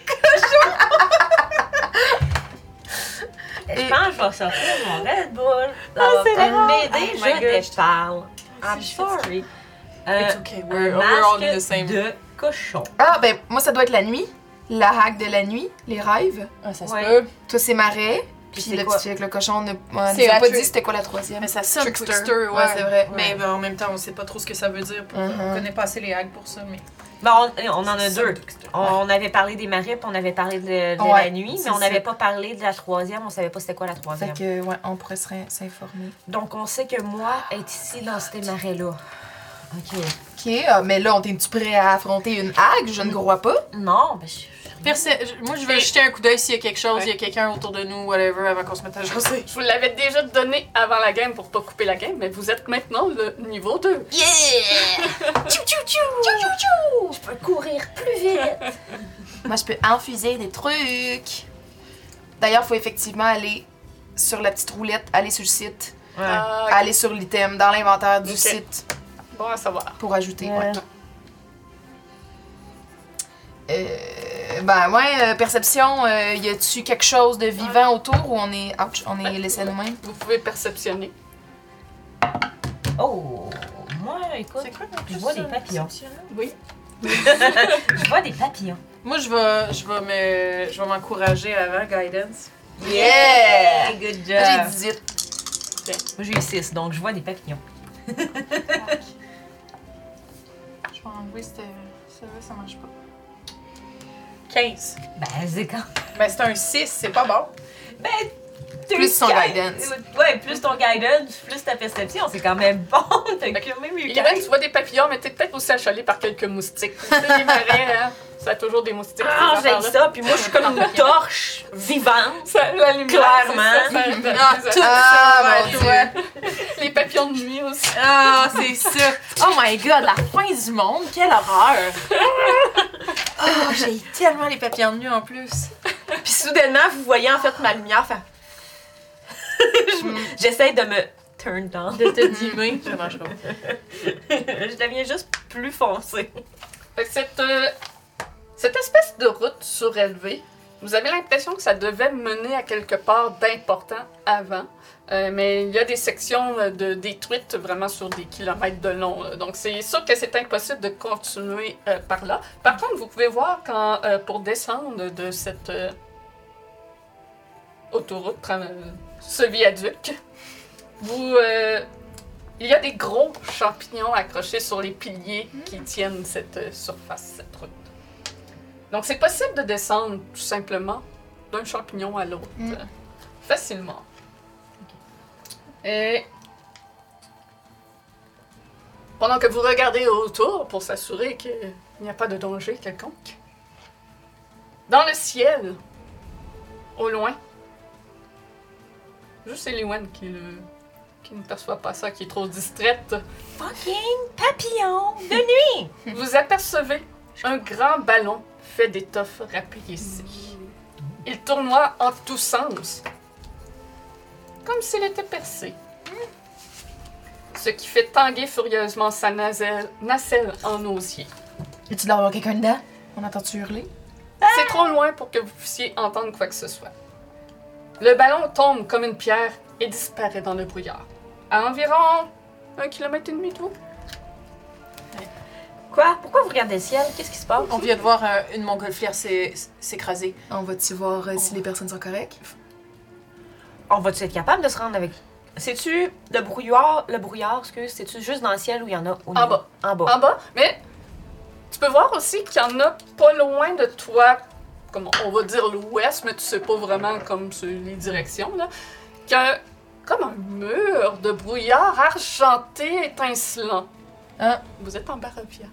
Je pense que je vais sortir mon Red Bull. Ça Oh, va c'est peut-être drôle. m'aider, Oh my je gosh. te parle. I'm C'est sorry. It's okay, Un we're all in the masque same. de cochon. Ah, ben, moi, ça doit être la nuit. La hack de la nuit, les rêves. Ah, ça se Ouais. peut. Toi, c'est marais. Puis Puis c'est le quoi? petit avec le cochon, on C'est n'a la pas tri- dit c'était quoi la troisième. Mais ça sonne Trickster. Trickster, ouais. Ouais, c'est vrai. Mais ben, en même temps, on sait pas trop ce que ça veut dire. On connaît pas assez les hags pour ça, mais. Bon, on en a Ça deux. sonne Trickster. On avait parlé des marais, puis on avait parlé de Ouais, la nuit, c'est mais on ça. n'avait pas parlé de la troisième, on savait pas c'était quoi la Fait troisième. que, ouais, on pourrait s'informer. Donc, on sait que moi est ici dans ces marais-là. OK. Ok, mais là, on est-tu prêt à affronter une hague? Je ne crois pas. Non, ben, Moi, je vais jeter un coup d'œil s'il y a quelque chose, il y a quelqu'un autour de nous, whatever, avant qu'on se mette à jaser. Je vous l'avais déjà donné avant la game pour pas couper la game, mais vous êtes maintenant le niveau 2. Yeah! Tchou, tchou, tchou! je peux courir plus vite. Moi, je peux infuser des trucs. D'ailleurs, il faut effectivement aller sur la petite roulette, aller sur le site, aller sur l'item, dans l'inventaire du Ok. site Bon à savoir. pour ajouter. Ouais. Ben ouais, perception, y a-tu quelque chose de vivant autour ou on est, ouch, on est laissé à nous-mêmes? Vous pouvez perceptionner. Oh, moi, écoute, C'est quoi je vois des papillons. Oui. Je vois des papillons. Moi, je vais m'encourager avant, guidance. Yeah! Good J'ai job. 18. Moi, j'ai eu 6, donc je vois des papillons. Je vais enlever ça marche pas. 15. Ben, c'est quand... Ben, c'est un 6, c'est pas bon. Ben, Plus son guidance. Ouais, plus ton guidance, plus ta perception, c'est quand même bon. T'as quand même eu Eliwen, tu vois des papillons, mais t'es peut-être aussi achalé par quelques moustiques. Tu sais, les marais, hein, ça a toujours des moustiques. Ah, ces j'ai affaires-là. ça, puis moi, je suis comme une torche vivante. Ça, la lumière, Clairement. c'est ça, ça- Ah, ça- tout Ah, ça, mon ouais, Dieu. Les papillons de nuit aussi. Ah, c'est ça. Oh my god, la fin du monde, quelle horreur. Ah, j'ai tellement les papillons de nuit en plus. Puis soudainement, vous voyez en fait ma lumière faire J'essaie de me turn down. de te dimmer. Ça marche pas. Je deviens juste plus foncée. Fait que cette espèce de route surélevée, vous avez l'impression que ça devait mener à quelque part d'important avant. Mais il y a des sections détruites vraiment sur des kilomètres de long. Là. Donc c'est sûr que c'est impossible de continuer par là. Par contre, vous pouvez voir quand pour descendre de cette autoroute ce viaduc, il y a des gros champignons accrochés sur les piliers qui tiennent cette surface, cette route. Donc, c'est possible de descendre tout simplement d'un champignon à l'autre facilement. Et pendant que vous regardez autour pour s'assurer qu'il n'y a pas de danger quelconque, dans le ciel, au loin, juste Eliwen qui ne perçoit pas ça, qui est trop distraite, Fucking papillon de nuit! vous apercevez un grand ballon fait d'étoffe rapiécée. Il tournoie en tous sens, comme s'il était percé. Ce qui fait tanguer furieusement sa nacelle en osier. Et tu dois avoir quelqu'un dedans? On entend-tu hurler? C'est trop loin pour que vous puissiez entendre quoi que ce soit. Le ballon tombe comme une pierre et disparaît dans le brouillard. À environ 1,5 km de vous. Quoi? Pourquoi vous regardez le ciel? Qu'est-ce qui se passe? On vient de voir une montgolfière s'écraser. On va-tu voir si les personnes sont correctes? On va-tu être capable de se rendre avec... C'est-tu le brouillard, excuse, c'est-tu juste dans le ciel où il y en a au En bas. En bas. En bas, mais tu peux voir aussi qu'il y en a pas loin de toi, comme on va dire l'ouest, mais tu sais pas vraiment comme sur les directions, là, qu'il y a comme un mur de brouillard argenté étincelant. Hein? Vous êtes en Barovia.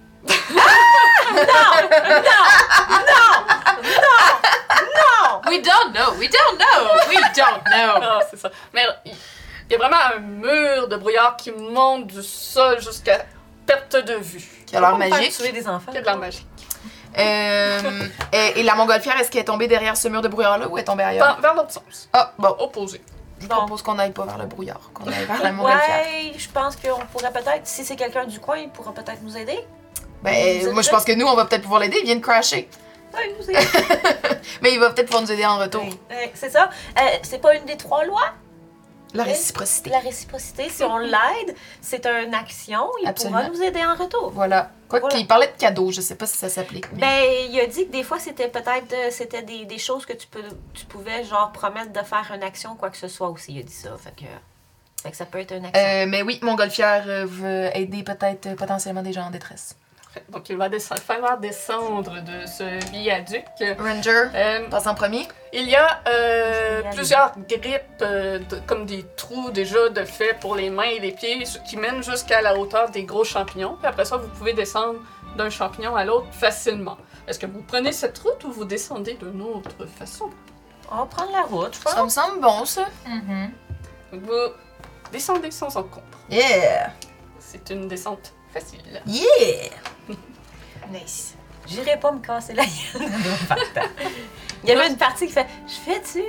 We don't know, we don't know, we don't know. Ah, c'est ça. Mais il y a vraiment un mur de brouillard qui monte du sol jusqu'à perte de vue. Qui a l'air Pourquoi me faire magique. tuer des enfants? Qui a de l'air magique. Et la montgolfière, est-ce qu'elle est tombée derrière ce mur de brouillard-là ou elle est tombée ailleurs? Vers l'autre sens. Ah, bon. Opposé. Je Bon. propose qu'on aille pas vers le brouillard, qu'on aille vers la montgolfière. Ouais, je pense qu'on pourrait peut-être, si c'est quelqu'un du coin, il pourra peut-être nous aider. Ben, Vous moi, je êtes pense que nous, on va peut-être pouvoir l'aider. Il vient de crasher. Ouais, nous aider. Mais il va peut-être pouvoir nous aider en retour. C'est ça. C'est pas une des 3 lois? La Oui. réciprocité. La réciprocité, si on l'aide, c'est une action, il Absolument. pourra nous aider en retour. Voilà. Quoi Voilà. qu'il parlait de cadeaux, je sais pas si ça s'applique. mais- Ben, il a dit que des fois, c'était peut-être c'était des choses que tu pouvais, genre, promettre de faire une action, quoi que ce soit aussi. Il a dit ça. Fait que ça peut être une action. Mais oui, montgolfière veut aider peut-être potentiellement des gens en détresse. Donc, il va falloir descendre de ce viaduc. Ranger, passe en premier. Il y a aller. plusieurs grippes, comme des trous déjà de fait pour les mains et les pieds, qui mènent jusqu'à la hauteur des gros champignons. Puis après ça, vous pouvez descendre d'un champignon à l'autre facilement. Est-ce que vous prenez cette route ou vous descendez d'une autre façon? On va prendre la route, je pense. Ça me semble bon, ça. Donc, vous descendez sans encombre. Yeah! C'est une descente facile. Yeah! Nice. J'irai pas me casser la gueule. Il y avait une partie qui fait « Je fais-tu?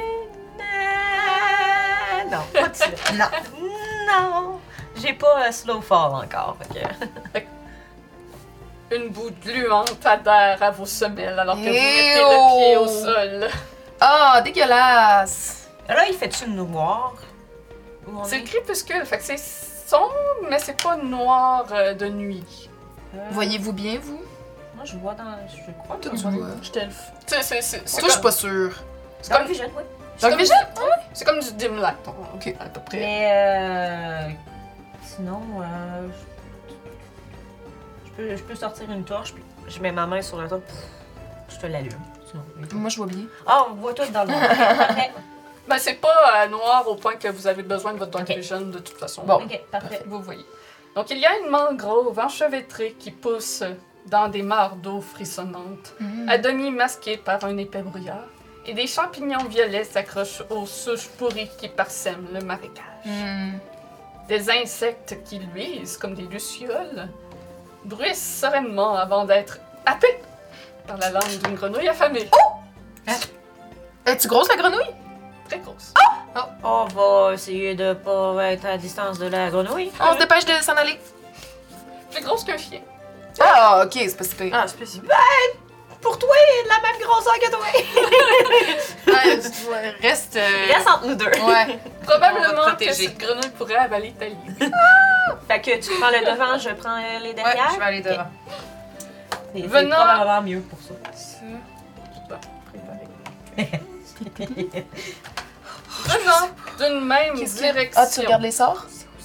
Non, pas de suite. Non. Non. J'ai pas slow fall encore. Fait que... Une boue gluante adhère à vos semelles alors que vous mettez Ew! le pied au sol. Ah, dégueulasse! Là, il fait-tu noir? Où on C'est est? crépuscule, fait que c'est sombre, mais c'est pas noir de nuit. Voyez-vous bien, vous? Moi, je vois dans... Je crois que Toi, tu je vois. Je te le fais. Tu sais, c'est Toi, je suis pas sûre. c'est Dans comme, le vision, oui. Dans le comme- vision? c'est comme du dim light, Ok. à peu près. Mais sinon, je peux sortir une torche, puis je mets ma main sur la torche, je te l'allume. Sinon, oui. Moi, je vois bien. Ah, on voit tout dans le noir. Ok, parfait. Ben, c'est pas noir au point que vous avez besoin de votre dark Ok. vision de toute façon. Bon. Ok, parfait. Vous voyez. Donc, il y a une mangrove enchevêtrée qui pousse dans des mares d'eau frissonnantes, à demi masquée par un épais brouillard, et des champignons violets s'accrochent aux souches pourries qui parsèment le marécage. Des insectes qui luisent comme des lucioles bruissent sereinement avant d'être happés par la langue d'une grenouille affamée. Es-tu grosse, la grenouille? Très grosse. On va essayer de pas être à distance de la grenouille. On se dépêche de s'en aller. Plus grosse qu'un chien. Ah, ok, c'est pas si pire. Ah, spécifique. Pour toi, la même grosseur que toi. Reste. Reste entre nous deux. Ouais. On va Probablement te que protéger. cette grenouille pourrait avaler ta livre. Fait que tu prends le devant, je prends les Ouais, derrière. je vais aller devant. C'est Venant- probablement mieux pour ça. Venant d'une même direction. Ah, tu regardes les sorts?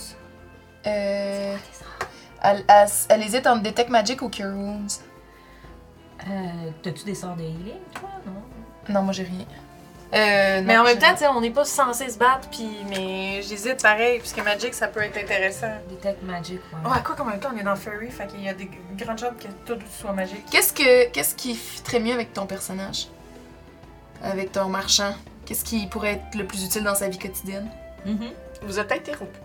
Elle hésite entre Detect Magic ou Cure Wounds. T'as-tu des sorts de healing, toi? Non? Non, moi j'ai rien. Mais non, en même j'ai temps, rien. tu sais, on n'est pas censé se battre, mais j'hésite pareil, puisque Magic, ça peut être intéressant. Detect Magic, ouais. Ouais, quoi qu'en même temps, on est dans Fairy, fait qu'il y a des grandes chances que tout soit magique. Qu'est-ce qui fitterait mieux avec ton personnage? Avec ton marchand? Qu'est-ce qui pourrait être le plus utile dans sa vie quotidienne? Vous êtes interrompu.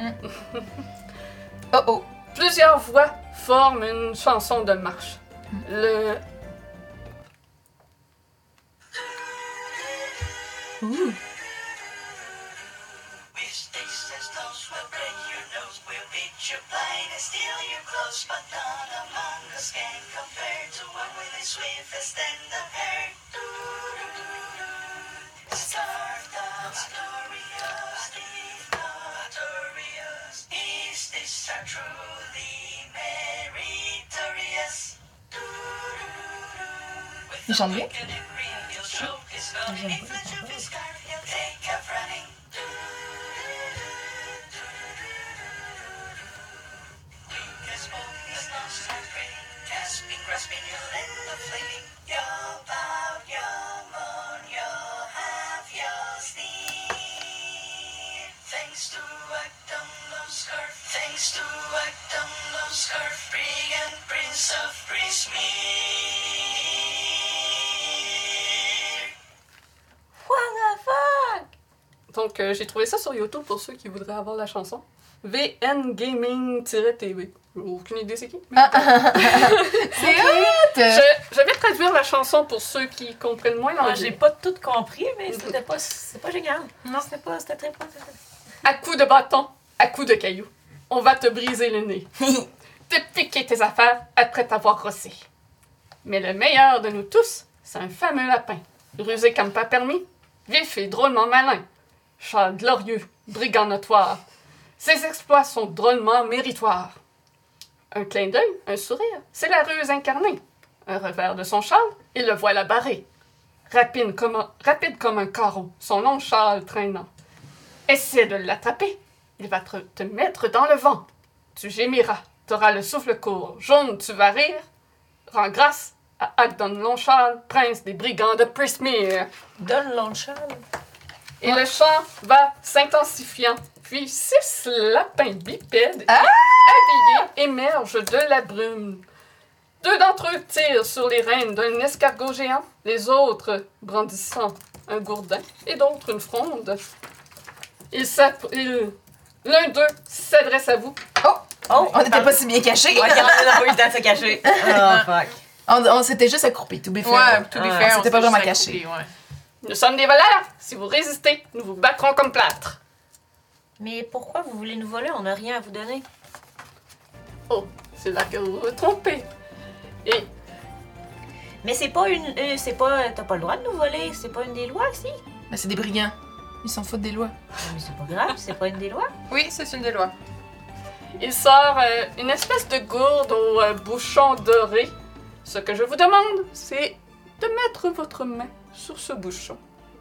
Oh oh! Plusieurs voix forment une chanson de marche. Le... Ouh! With tasteless toast, we'll break your nose, we'll beat you blind and steal your clothes, but none among us can compare to one with the swiftest and the hair. Stardust, glorious, victorious, is this our truly meritorious? Il chante bien? Thanks to Acton Scarf, Brigand Prince of Brismere. What the fuck? Donc, j'ai trouvé ça sur YouTube pour ceux qui voudraient avoir la chanson. VN Gaming-TV. Aucune idée c'est qui. mais- C'est hot! Je vais traduire la chanson pour ceux qui comprennent moins Moi, j'ai l'anglais. pas tout compris, mais c'est pas génial. Non, c'était très pas. À coups de bâton, à coups de cailloux, on va te briser le nez. Te piquer tes affaires après t'avoir rossé. Mais le meilleur de nous tous, c'est un fameux lapin. Rusé comme pas permis, vif et drôlement malin. Chat glorieux, brigand notoire. Ses exploits sont drôlement méritoires. Un clin d'œil, un sourire, c'est la ruse incarnée. Un revers de son châle, et le voilà barré. Rapide comme un carreau, son long châle traînant. Essaie de l'attraper, il va te mettre dans le vent. Tu gémiras, t'auras le souffle court, jaune tu vas rire. Rends grâce à Agdon Longchâle, prince des brigands de Prismere. Donne Longchâle. Et le chant va s'intensifiant. Puis 6 lapins bipèdes Ah! habillés émergent de la brume. 2 d'entre eux tirent sur les rênes d'un escargot géant, les autres brandissant un gourdin et d'autres une fronde. L'un d'eux s'adresse à vous. Oh! On n'était pas si bien cachés! Ouais, on a pas eu le temps de se cacher. Oh, fuck. On s'était juste accroupis, to be fair. Ouais, tout est Ah, fait. on s'était pas vraiment cachés. Nous sommes des voleurs. Si vous résistez, nous vous battrons comme plâtre. Mais pourquoi vous voulez nous voler? On n'a rien à vous donner. Oh, c'est là que vous vous trompez. Et Mais c'est pas une. T'as pas le droit de nous voler. C'est pas une des lois, si? Mais c'est des brigands. Ils s'en foutent des lois. Mais c'est pas grave, c'est pas une des lois. Oui, c'est une des lois. il sort une espèce de gourde au bouchon doré. Ce que je vous demande, c'est de mettre votre main sur ce bouchon.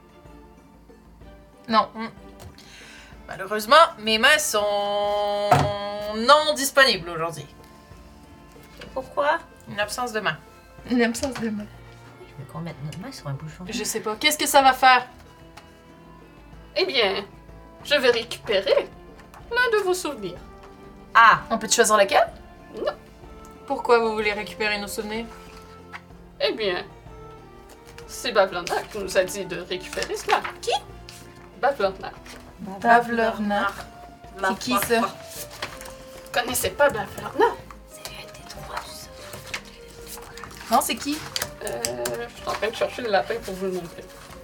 Non. Malheureusement, mes mains sont non disponibles aujourd'hui. Pourquoi? Une absence de main. Une absence de main. Je veux qu'on mette notre main sur un bouchon. Je sais pas. Qu'est-ce que ça va faire? Eh bien, je vais récupérer l'un de vos souvenirs. Ah! On peut choisir lequel? Pourquoi vous voulez récupérer nos souvenirs? Eh bien, c'est Bavlorna qui nous a dit de récupérer cela. Qui? Bavlorna. Bavlorna. C'est qui ça? Vous connaissez pas Bavlorna? C'est un des trois du sang. Non, c'est qui? Je suis en train de chercher le lapin pour vous le montrer.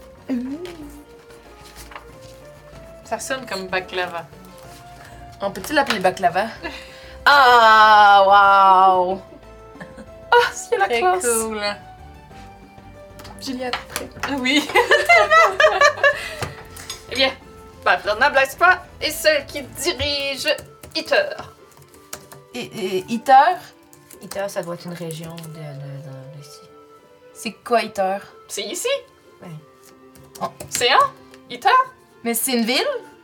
Ça sonne comme baklava. On peut-tu l'appeler Baklava? Ah, wow! C'est la Très classe. cool. Juliette, après. Oui. Eh bien, Bavlorna blesse pas est celle qui dirige Iter. Et Iter? Ita, ça doit être une région de ici. C'est quoi Iter? C'est ici? Ouais. C'est un? Iter? Mais c'est une ville?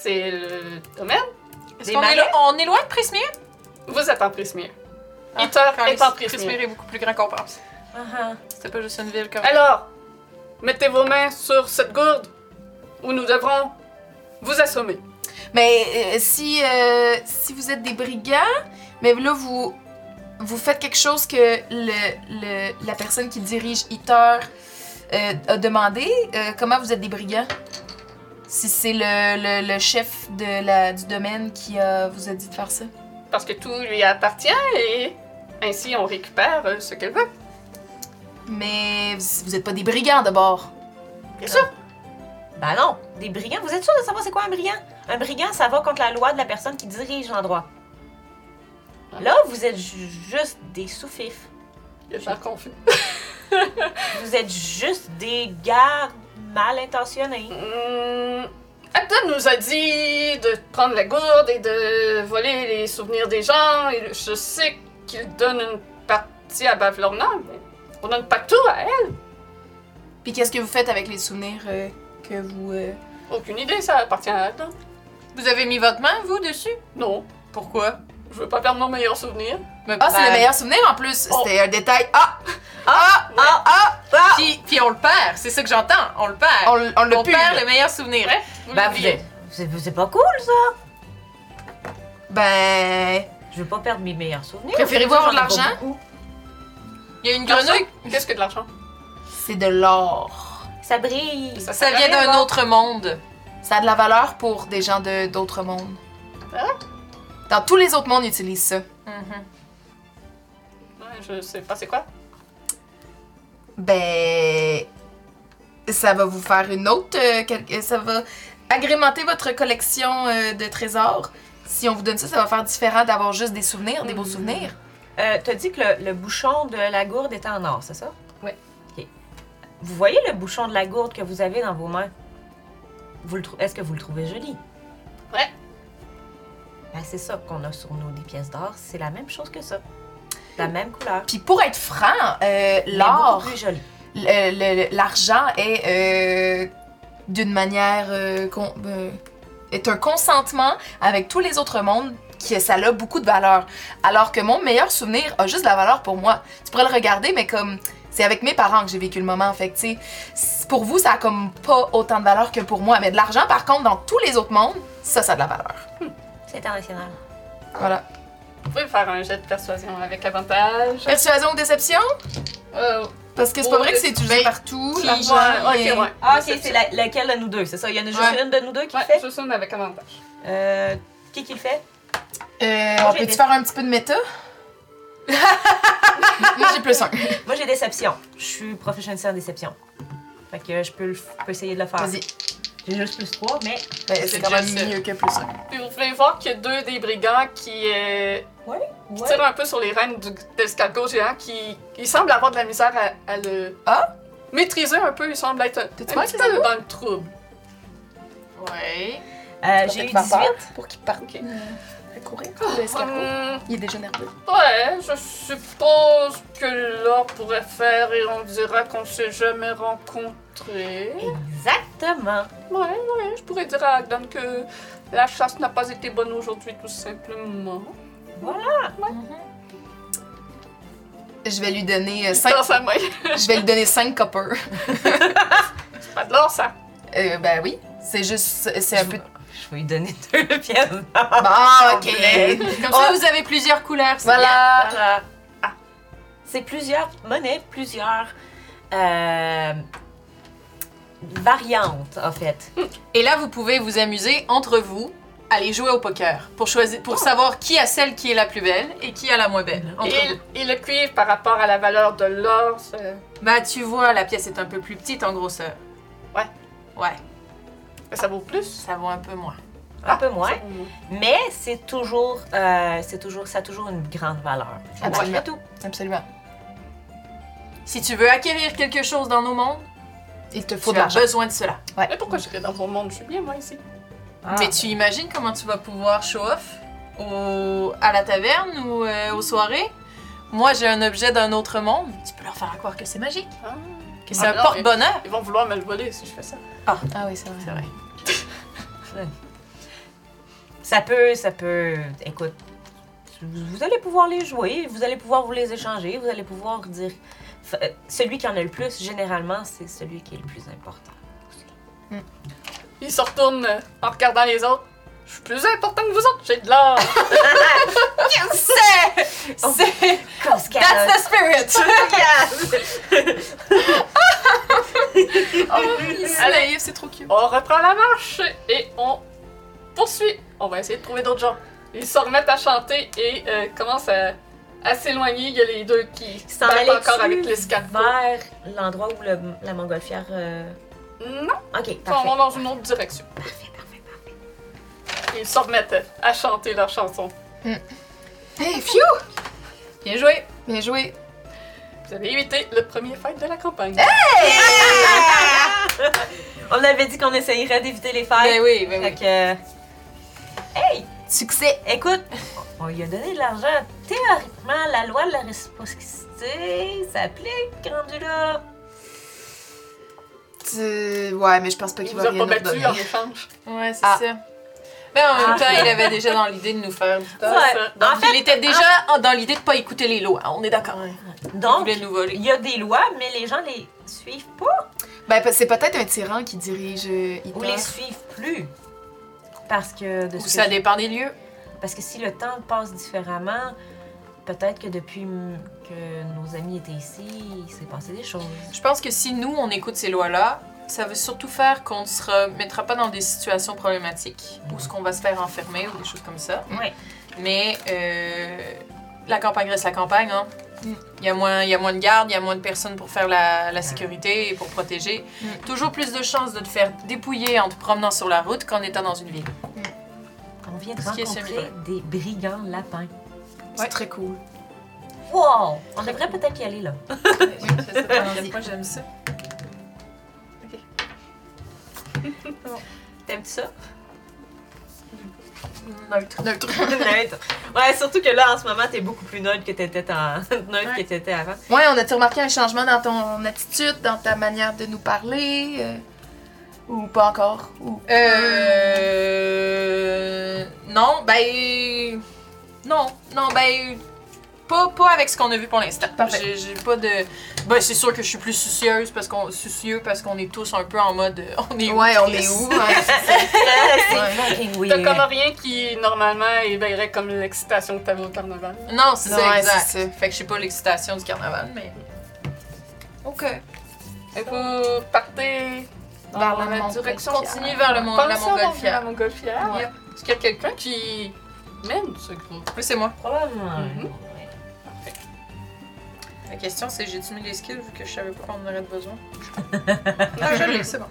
c'est le domaine. Est-ce Des qu'on marais? on est loin de Prismir? Vous êtes en Prismir. Ah, Iter est en Prismir. Prismir est beaucoup plus grand qu'on pense. Uh-huh. C'était pas juste une ville comme... Alors, mettez vos mains sur cette gourde où nous devrons vous assommer. Mais si vous êtes des brigands, mais là, vous faites quelque chose que la personne qui dirige Iter a demandé, comment vous êtes des brigands? Si c'est le chef du domaine qui vous a dit de faire ça. Parce que tout lui appartient et ainsi on récupère ce qu'elle veut. Mais vous êtes pas des brigands d'abord. Bien sûr. Ben non, des brigands. Vous êtes sûr de savoir c'est quoi un brigand? Un brigand, ça va contre la loi de la personne qui dirige l'endroit. Là, vous êtes juste des sous-fifs. Il a l'air confus. Vous êtes juste des gars mal intentionnés. Abdon nous a dit de prendre la gourde et de voler les souvenirs des gens. Et je sais qu'il donne une partie à Bavlorna, mais on donne pas tout à elle. Puis qu'est-ce que vous faites avec les souvenirs que vous... Aucune idée, ça appartient à Abdon. Vous avez mis votre main, vous, dessus? Non, Pourquoi? je veux pas perdre mon meilleur souvenir. Mais Ah, c'est le meilleur souvenir en plus. C'était un détail. Ah! Puis on le perd, c'est ça que j'entends. On le perd. On l'a On pu. perd le meilleur souvenir. Ouais, vous Ben, l'oubliez. c'est pas cool, ça. Ben... Je veux pas perdre mes meilleurs souvenirs. Préférez-vous avoir de J'en ai pas l'argent? beaucoup. Il y a une L'argent? grenouille. Qu'est-ce que de l'argent? C'est de l'or. Ça brille. Ça Ça sert à vient rien, d'un là. autre monde. Ça a de la valeur pour des gens d'autres mondes. Dans tous les autres mondes, ils utilisent ça. Ouais, je sais pas c'est quoi. Ben... Ça va vous faire une autre... ça va agrémenter votre collection de trésors. Si on vous donne ça, ça va faire différent d'avoir juste des souvenirs, des beaux souvenirs. T'as dit que le bouchon de la gourde était en or, c'est ça? Oui. OK. Vous voyez le bouchon de la gourde que vous avez dans vos mains? Est-ce que vous le trouvez joli? Ouais. Ben, c'est ça qu'on a sur nous, des pièces d'or. C'est la même chose que ça. La même couleur. Puis pour être franc, Mais l'or, beaucoup plus joli. l'argent est d'une manière... est un consentement avec tous les autres mondes que ça a beaucoup de valeur. Alors que mon meilleur souvenir a juste de la valeur pour moi. Tu pourrais le regarder, mais comme... C'est avec mes parents que j'ai vécu le moment. Fait que, tu sais, pour vous, ça a comme pas autant de valeur que pour moi. Mais de l'argent, par contre, dans tous les autres mondes, ça a de la valeur. C'est international. Voilà. Vous pouvez faire un jet de persuasion avec avantage. Persuasion ou déception? Parce que c'est pas Oh, vrai que c'est utilisé ben, partout. Qui L'argent ouais, est- ok, ouais. Ah, ok, Déception. c'est laquelle de nous deux, c'est ça? Il y en a juste Ouais. une de nous deux qui le Ouais, fait? juste une avec avantage. Qui le fait? On j'ai peut-tu des- faire un petit peu de méta? Moi, j'ai plus un. Moi, j'ai déception. Je suis professionnelle en déception. Fait que je peux essayer de le faire. Vas-y. J'ai juste plus 3, mais... Ben, c'est C'est quand même déjà ça. mieux que plus un. Puis vous pouvez voir qu'il y a deux des brigands qui tirent un peu sur les rênes de l'escargot géant qui il semble avoir de la misère à le maîtriser un peu. Il semble être un T'as-tu petit peur, peu César? dans le trouble. Ouais. j'ai eu Peut-être faire 18. peur pour qu'il parte courir. L'escargot. Il est déjà nerveux. Ouais, je suppose que l'or pourrait faire et on dira qu'on s'est jamais rencontrés. Exactement. Ouais, je pourrais dire à Agdan que la chasse n'a pas été bonne aujourd'hui, tout simplement. Je vais lui donner 5. Dans sa main. Je vais lui donner 5 copper. C'est pas de l'or, ça. Ben oui. C'est juste. C'est un peu. Je vais lui donner 2 pièces d'or. Bon, ok. Comme ça, vous avez plusieurs couleurs. c'est bien. Voilà. Voilà. Ah. C'est plusieurs monnaies, plusieurs variantes, en fait. Et là, vous pouvez vous amuser entre vous, aller jouer au poker pour savoir qui a celle qui est la plus belle et qui a la moins belle. Entre vous. Et le cuivre par rapport à la valeur de l'or, Bah, tu vois, la pièce est un peu plus petite en grosseur. Ouais. Ouais, ça vaut plus. ça vaut un peu moins. Un peu moins. Ça vaut moins. Mais ça a toujours une grande valeur. Absolument. Malgré tout. Absolument. Si tu veux acquérir quelque chose dans nos mondes, Il te faut tu de as l'argent. besoin de cela. Mais pourquoi j'irais dans vos mondes? Je suis bien, moi, ici. Mais tu imagines comment tu vas pouvoir show off à la taverne ou aux soirées? Moi, j'ai un objet d'un autre monde. Tu peux leur faire croire que c'est magique, Ah. que c'est un non, porte-bonheur. Ils vont vouloir me le voler si je fais ça. Ah oui, c'est vrai. C'est vrai. Ça peut... Écoute, vous allez pouvoir les jouer, vous allez pouvoir vous les échanger, vous allez pouvoir dire... Celui qui en a le plus, généralement, c'est celui qui est le plus important. Il se retourne en regardant les autres. Je suis plus important que vous autres, j'ai de l'or. C'est... That's the spirit! Oh, il est si naïf, c'est trop cute. On reprend la marche et on poursuit. On va essayer de trouver d'autres gens. Ils se remettent à chanter et commencent à s'éloigner. Il y a les deux qui se S'en battent allait encore avec l'escargot. vers l'endroit où la montgolfière... Non, Ok, ils parfait. vont dans une autre direction. Parfait. Ils se remettent à chanter leur chanson. Hey, phew! Bien joué! Bien joué. Vous avez évité le premier fight de la campagne. On avait dit qu'on essayerait d'éviter les fêtes. Ben oui, ben Fait oui. que... Hey! Succès. Écoute, on lui a donné de l'argent. Théoriquement, la loi de la réciprocité s'applique, rendu là. Ouais, mais je pense pas Il qu'il vous va a rien pas nous battu redonner. en échange. Ouais, c'est Ah. ça. Mais en même temps, il avait déjà dans l'idée de nous faire du tort. Ouais. ça. Donc, il était déjà dans l'idée de pas écouter les lois. On est d'accord. Il Donc, voulait nous voler. il y a des lois, mais les gens les suivent pas Ben, c'est peut-être un tyran qui dirige ou Ithor. les suivent plus. Parce que... Ou ça dépend des lieux. Parce que si le temps passe différemment, peut-être que depuis que nos amis étaient ici, il s'est passé des choses. Je pense que si nous, on écoute ces lois-là, ça veut surtout faire qu'on ne se mettra pas dans des situations problématiques où ce qu'on va se faire enfermer ou des choses comme ça. Ouais. Mais la campagne reste la campagne, hein. Mm. Il y a moins de gardes, il y a moins de personnes pour faire la sécurité et pour protéger. Toujours plus de chances de te faire dépouiller en te promenant sur la route qu'en étant dans une ville. On vient de Ce qui est rencontrer semi-vrai. des brigands lapins. C'est très cool. Wow! On devrait peut-être y aller là. Je sais pas à Allons-y. quel point j'aime ça. T'aimes-tu ça? Neutre. Neutre. Neutre. Ouais, surtout que là, en ce moment, t'es beaucoup plus neutre que t'étais neutre que t'étais avant. Ouais, on a-tu remarqué un changement dans ton attitude, dans ta manière de nous parler? Ou pas encore? Ou... Non, ben. Non, ben. Pas avec ce qu'on a vu pour l'instant. Parfait. J'ai pas de. Ben, c'est sûr que je suis plus soucieux parce qu'on est tous un peu en mode. On est où? Ouais, on Chris? est où? Ouais, c'est ça. C'est fucking T'as weird. comme rien qui, normalement, éveillerait comme l'excitation que t'avais au carnaval. Non, c'est ça, Ouais, exact. c'est ça. Fait que je sais pas l'excitation du carnaval, mais. Ok. Et vous partez dans Vers la la même montgolfière. direction. Continue vers la Pensez à montgolfière. la montgolfière. Ouais. Est-ce qu'il y a quelqu'un qui mène ce groupe? Oui, c'est moi. Probablement. Mhm. La question, c'est j'ai-tu mis les skills vu que je savais pas qu'on en aurait besoin? Non, je l'ai, c'est bon.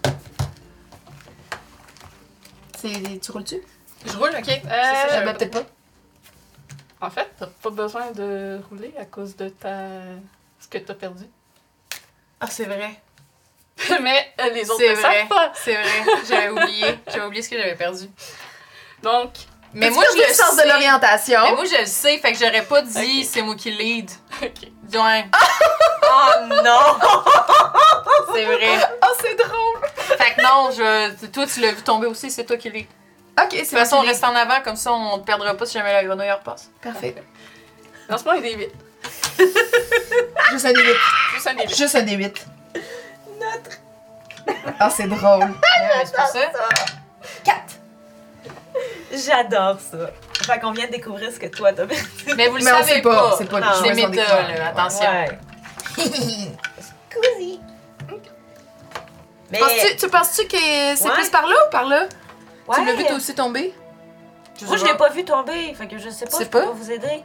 Tu roules-tu? Je roule, ok. Ben, peut-être pas. En fait, t'as pas besoin de rouler à cause de ce que t'as perdu. Ah, c'est vrai. Mais les autres C'est ne vrai. savent pas. C'est vrai. J'avais oublié. J'avais oublié ce que j'avais perdu. Donc, Mais Peux-tu moi, je perdu le le sens sais. de l'orientation. Mais moi, je le sais, fait que j'aurais pas dit Ok. c'est moi qui lead. ok. Ouais, Oh non! c'est vrai. Oh, c'est drôle. Fait que non, toi, tu l'as vu tomber aussi, c'est toi qui lead. Ok, De c'est toute façon, on moi qui reste en avant, comme ça, on te perdra pas si jamais la grenouille repasse. l'ai. Parfait. Lance-moi un D8. Juste un D8. Juste un D8. Juste un D8. Ah, c'est drôle. Ouais, c'est pour ça. 4. J'adore ça. Fait qu'on vient de découvrir ce que toi t'as perdu. Mais vous le Mais on savez sait pas, pas. c'est pas Non. les C'est joueurs sont méta, découverts. là, attention. Ouais. Scusi. Mais. Tu penses-tu que c'est Ouais. plus par là ou par là? Ouais. Tu l'as vu toi aussi tomber? Moi, je l'ai pas vu tomber. Fait que je sais pas. sais Je peux pas? pas vous aider.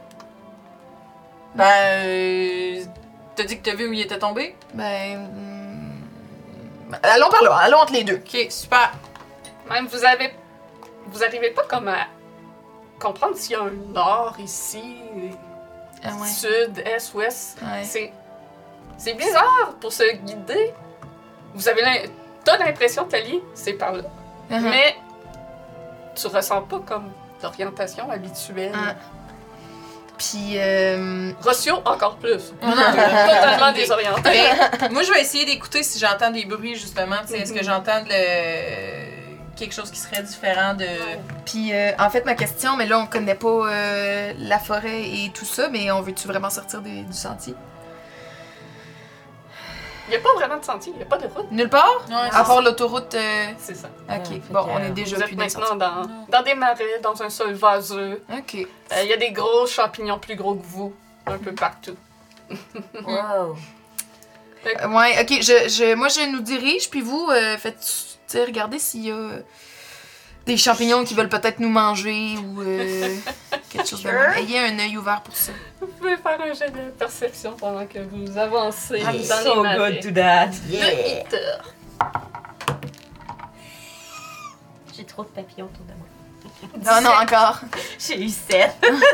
Ben, t'as dit que t'as vu où il était tombé? Ben. Allons par là, allons entre les deux. Ok, super. Même vous arrivez pas comme à comprendre s'il y a un nord ici, Ah ouais. sud, est, ouest. Ouais. C'est bizarre pour se guider. T'as l'impression, Tali, c'est par là. Uh-huh. Mais tu ressens pas comme l'orientation habituelle. Ah. Puis, Rossio, encore plus. On en Totalement désorienté. Ben, moi, je vais essayer d'écouter si j'entends des bruits, justement. Tu sais, est-ce que j'entends quelque chose qui serait différent de. Puis, en fait, ma question, mais là, on connaît pas la forêt et tout ça, mais on veut-tu vraiment sortir du sentier? Il n'y a pas vraiment de sentier, il n'y a pas de route. Nulle part? Ouais, À part l'autoroute. C'est ça. Ok, fait bon, que, on est déjà Vous plus êtes dans le maintenant sentier. dans des marais, dans un sol vaseux. Ok. Il y a des gros champignons plus gros que vous, un peu partout. Wow. Ouais, ok, moi, je nous dirige, puis vous, faites, tu sais, regardez s'il y a des champignons qui veulent peut-être nous manger ou quelque chose de même. Ayez un œil ouvert pour ça. Vous pouvez faire un jet de perception pendant que vous avancez I'm dans so les marais. good to that. Le hitter. J'ai trop de papillons autour de moi. Non, non, encore. J'ai eu 7.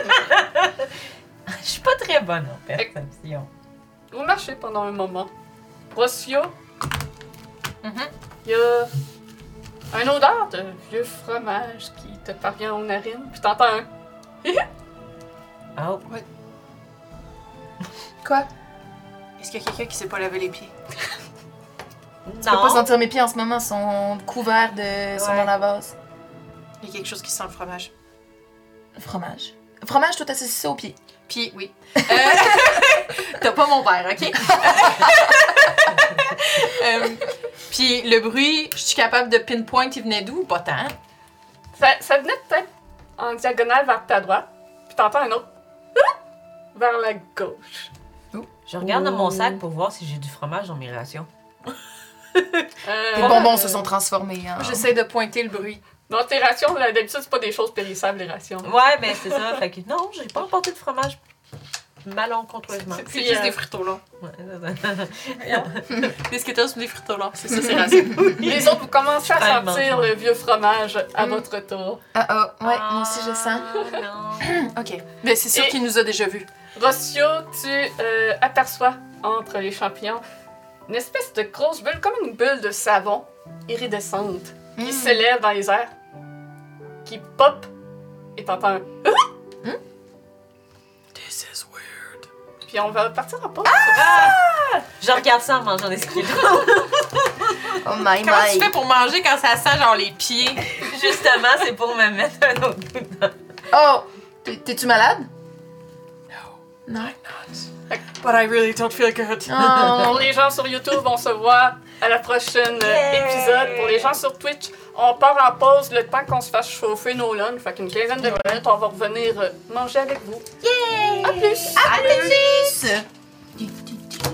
Je suis pas très bonne en perception. Vous marchez pendant un moment. Rossio, Mhm. il y a une odeur de vieux fromage qui te parvient aux narines, puis t'entends un... Oh. Quoi? Est-ce qu'il y a quelqu'un qui sait pas laver les pieds? Tu peux pas sentir mes pieds en ce moment, ils sont couverts de... sont dans la vase. Il y a quelque chose qui sent le fromage. Fromage. Fromage, toi, t'associes ça aux pieds. Puis, oui. T'as pas mon père, ok? Puis, le bruit, je suis capable de pinpoint, il venait d'où? Pas tant. Ça venait peut-être en diagonale vers ta droite, puis t'entends un autre... vers la gauche. Je regarde dans mon sac pour voir si j'ai du fromage dans mes rations. Les bonbons se sont transformés en... J'essaie de pointer le bruit. Dans tes rations, là, d'habitude, c'est pas des choses périssables, les rations. Ouais, mais c'est ça. Fait que non, j'ai pas emporté de fromage malencontreusement. C'est- C'est juste des fritolons. Ouais, c'est ça. Des Skittles ou des fritolons. C'est ça, c'est racine. Les autres, vous commencez à Extrêmement sentir fort. le vieux fromage à votre tour. Ah, ouais, moi aussi, je sens. Non. Ok. Mais c'est sûr Et- qu'il nous a déjà vus. Rossio, tu aperçois entre les champignons une espèce de grosse bulle, comme une bulle de savon iridescente, qui s'élève dans les airs, qui pop, et t'entends un... This is weird. Puis on va partir en pause. Je regarde ça en mangeant des Skittles. Oh my Comment my. tu fais pour manger quand ça sent genre les pieds? Justement, c'est pour me mettre un autre goût dedans. Oh! T'es-tu malade? Non. But I really don't feel good. Oh. Pour les gens sur YouTube, on se voit à la prochaine épisode. Pour les gens sur Twitch, on part en pause le temps qu'on se fasse chauffer nos lunchs. Fait qu'une quinzaine de minutes, on va revenir manger avec vous. Yay! À plus! À plus!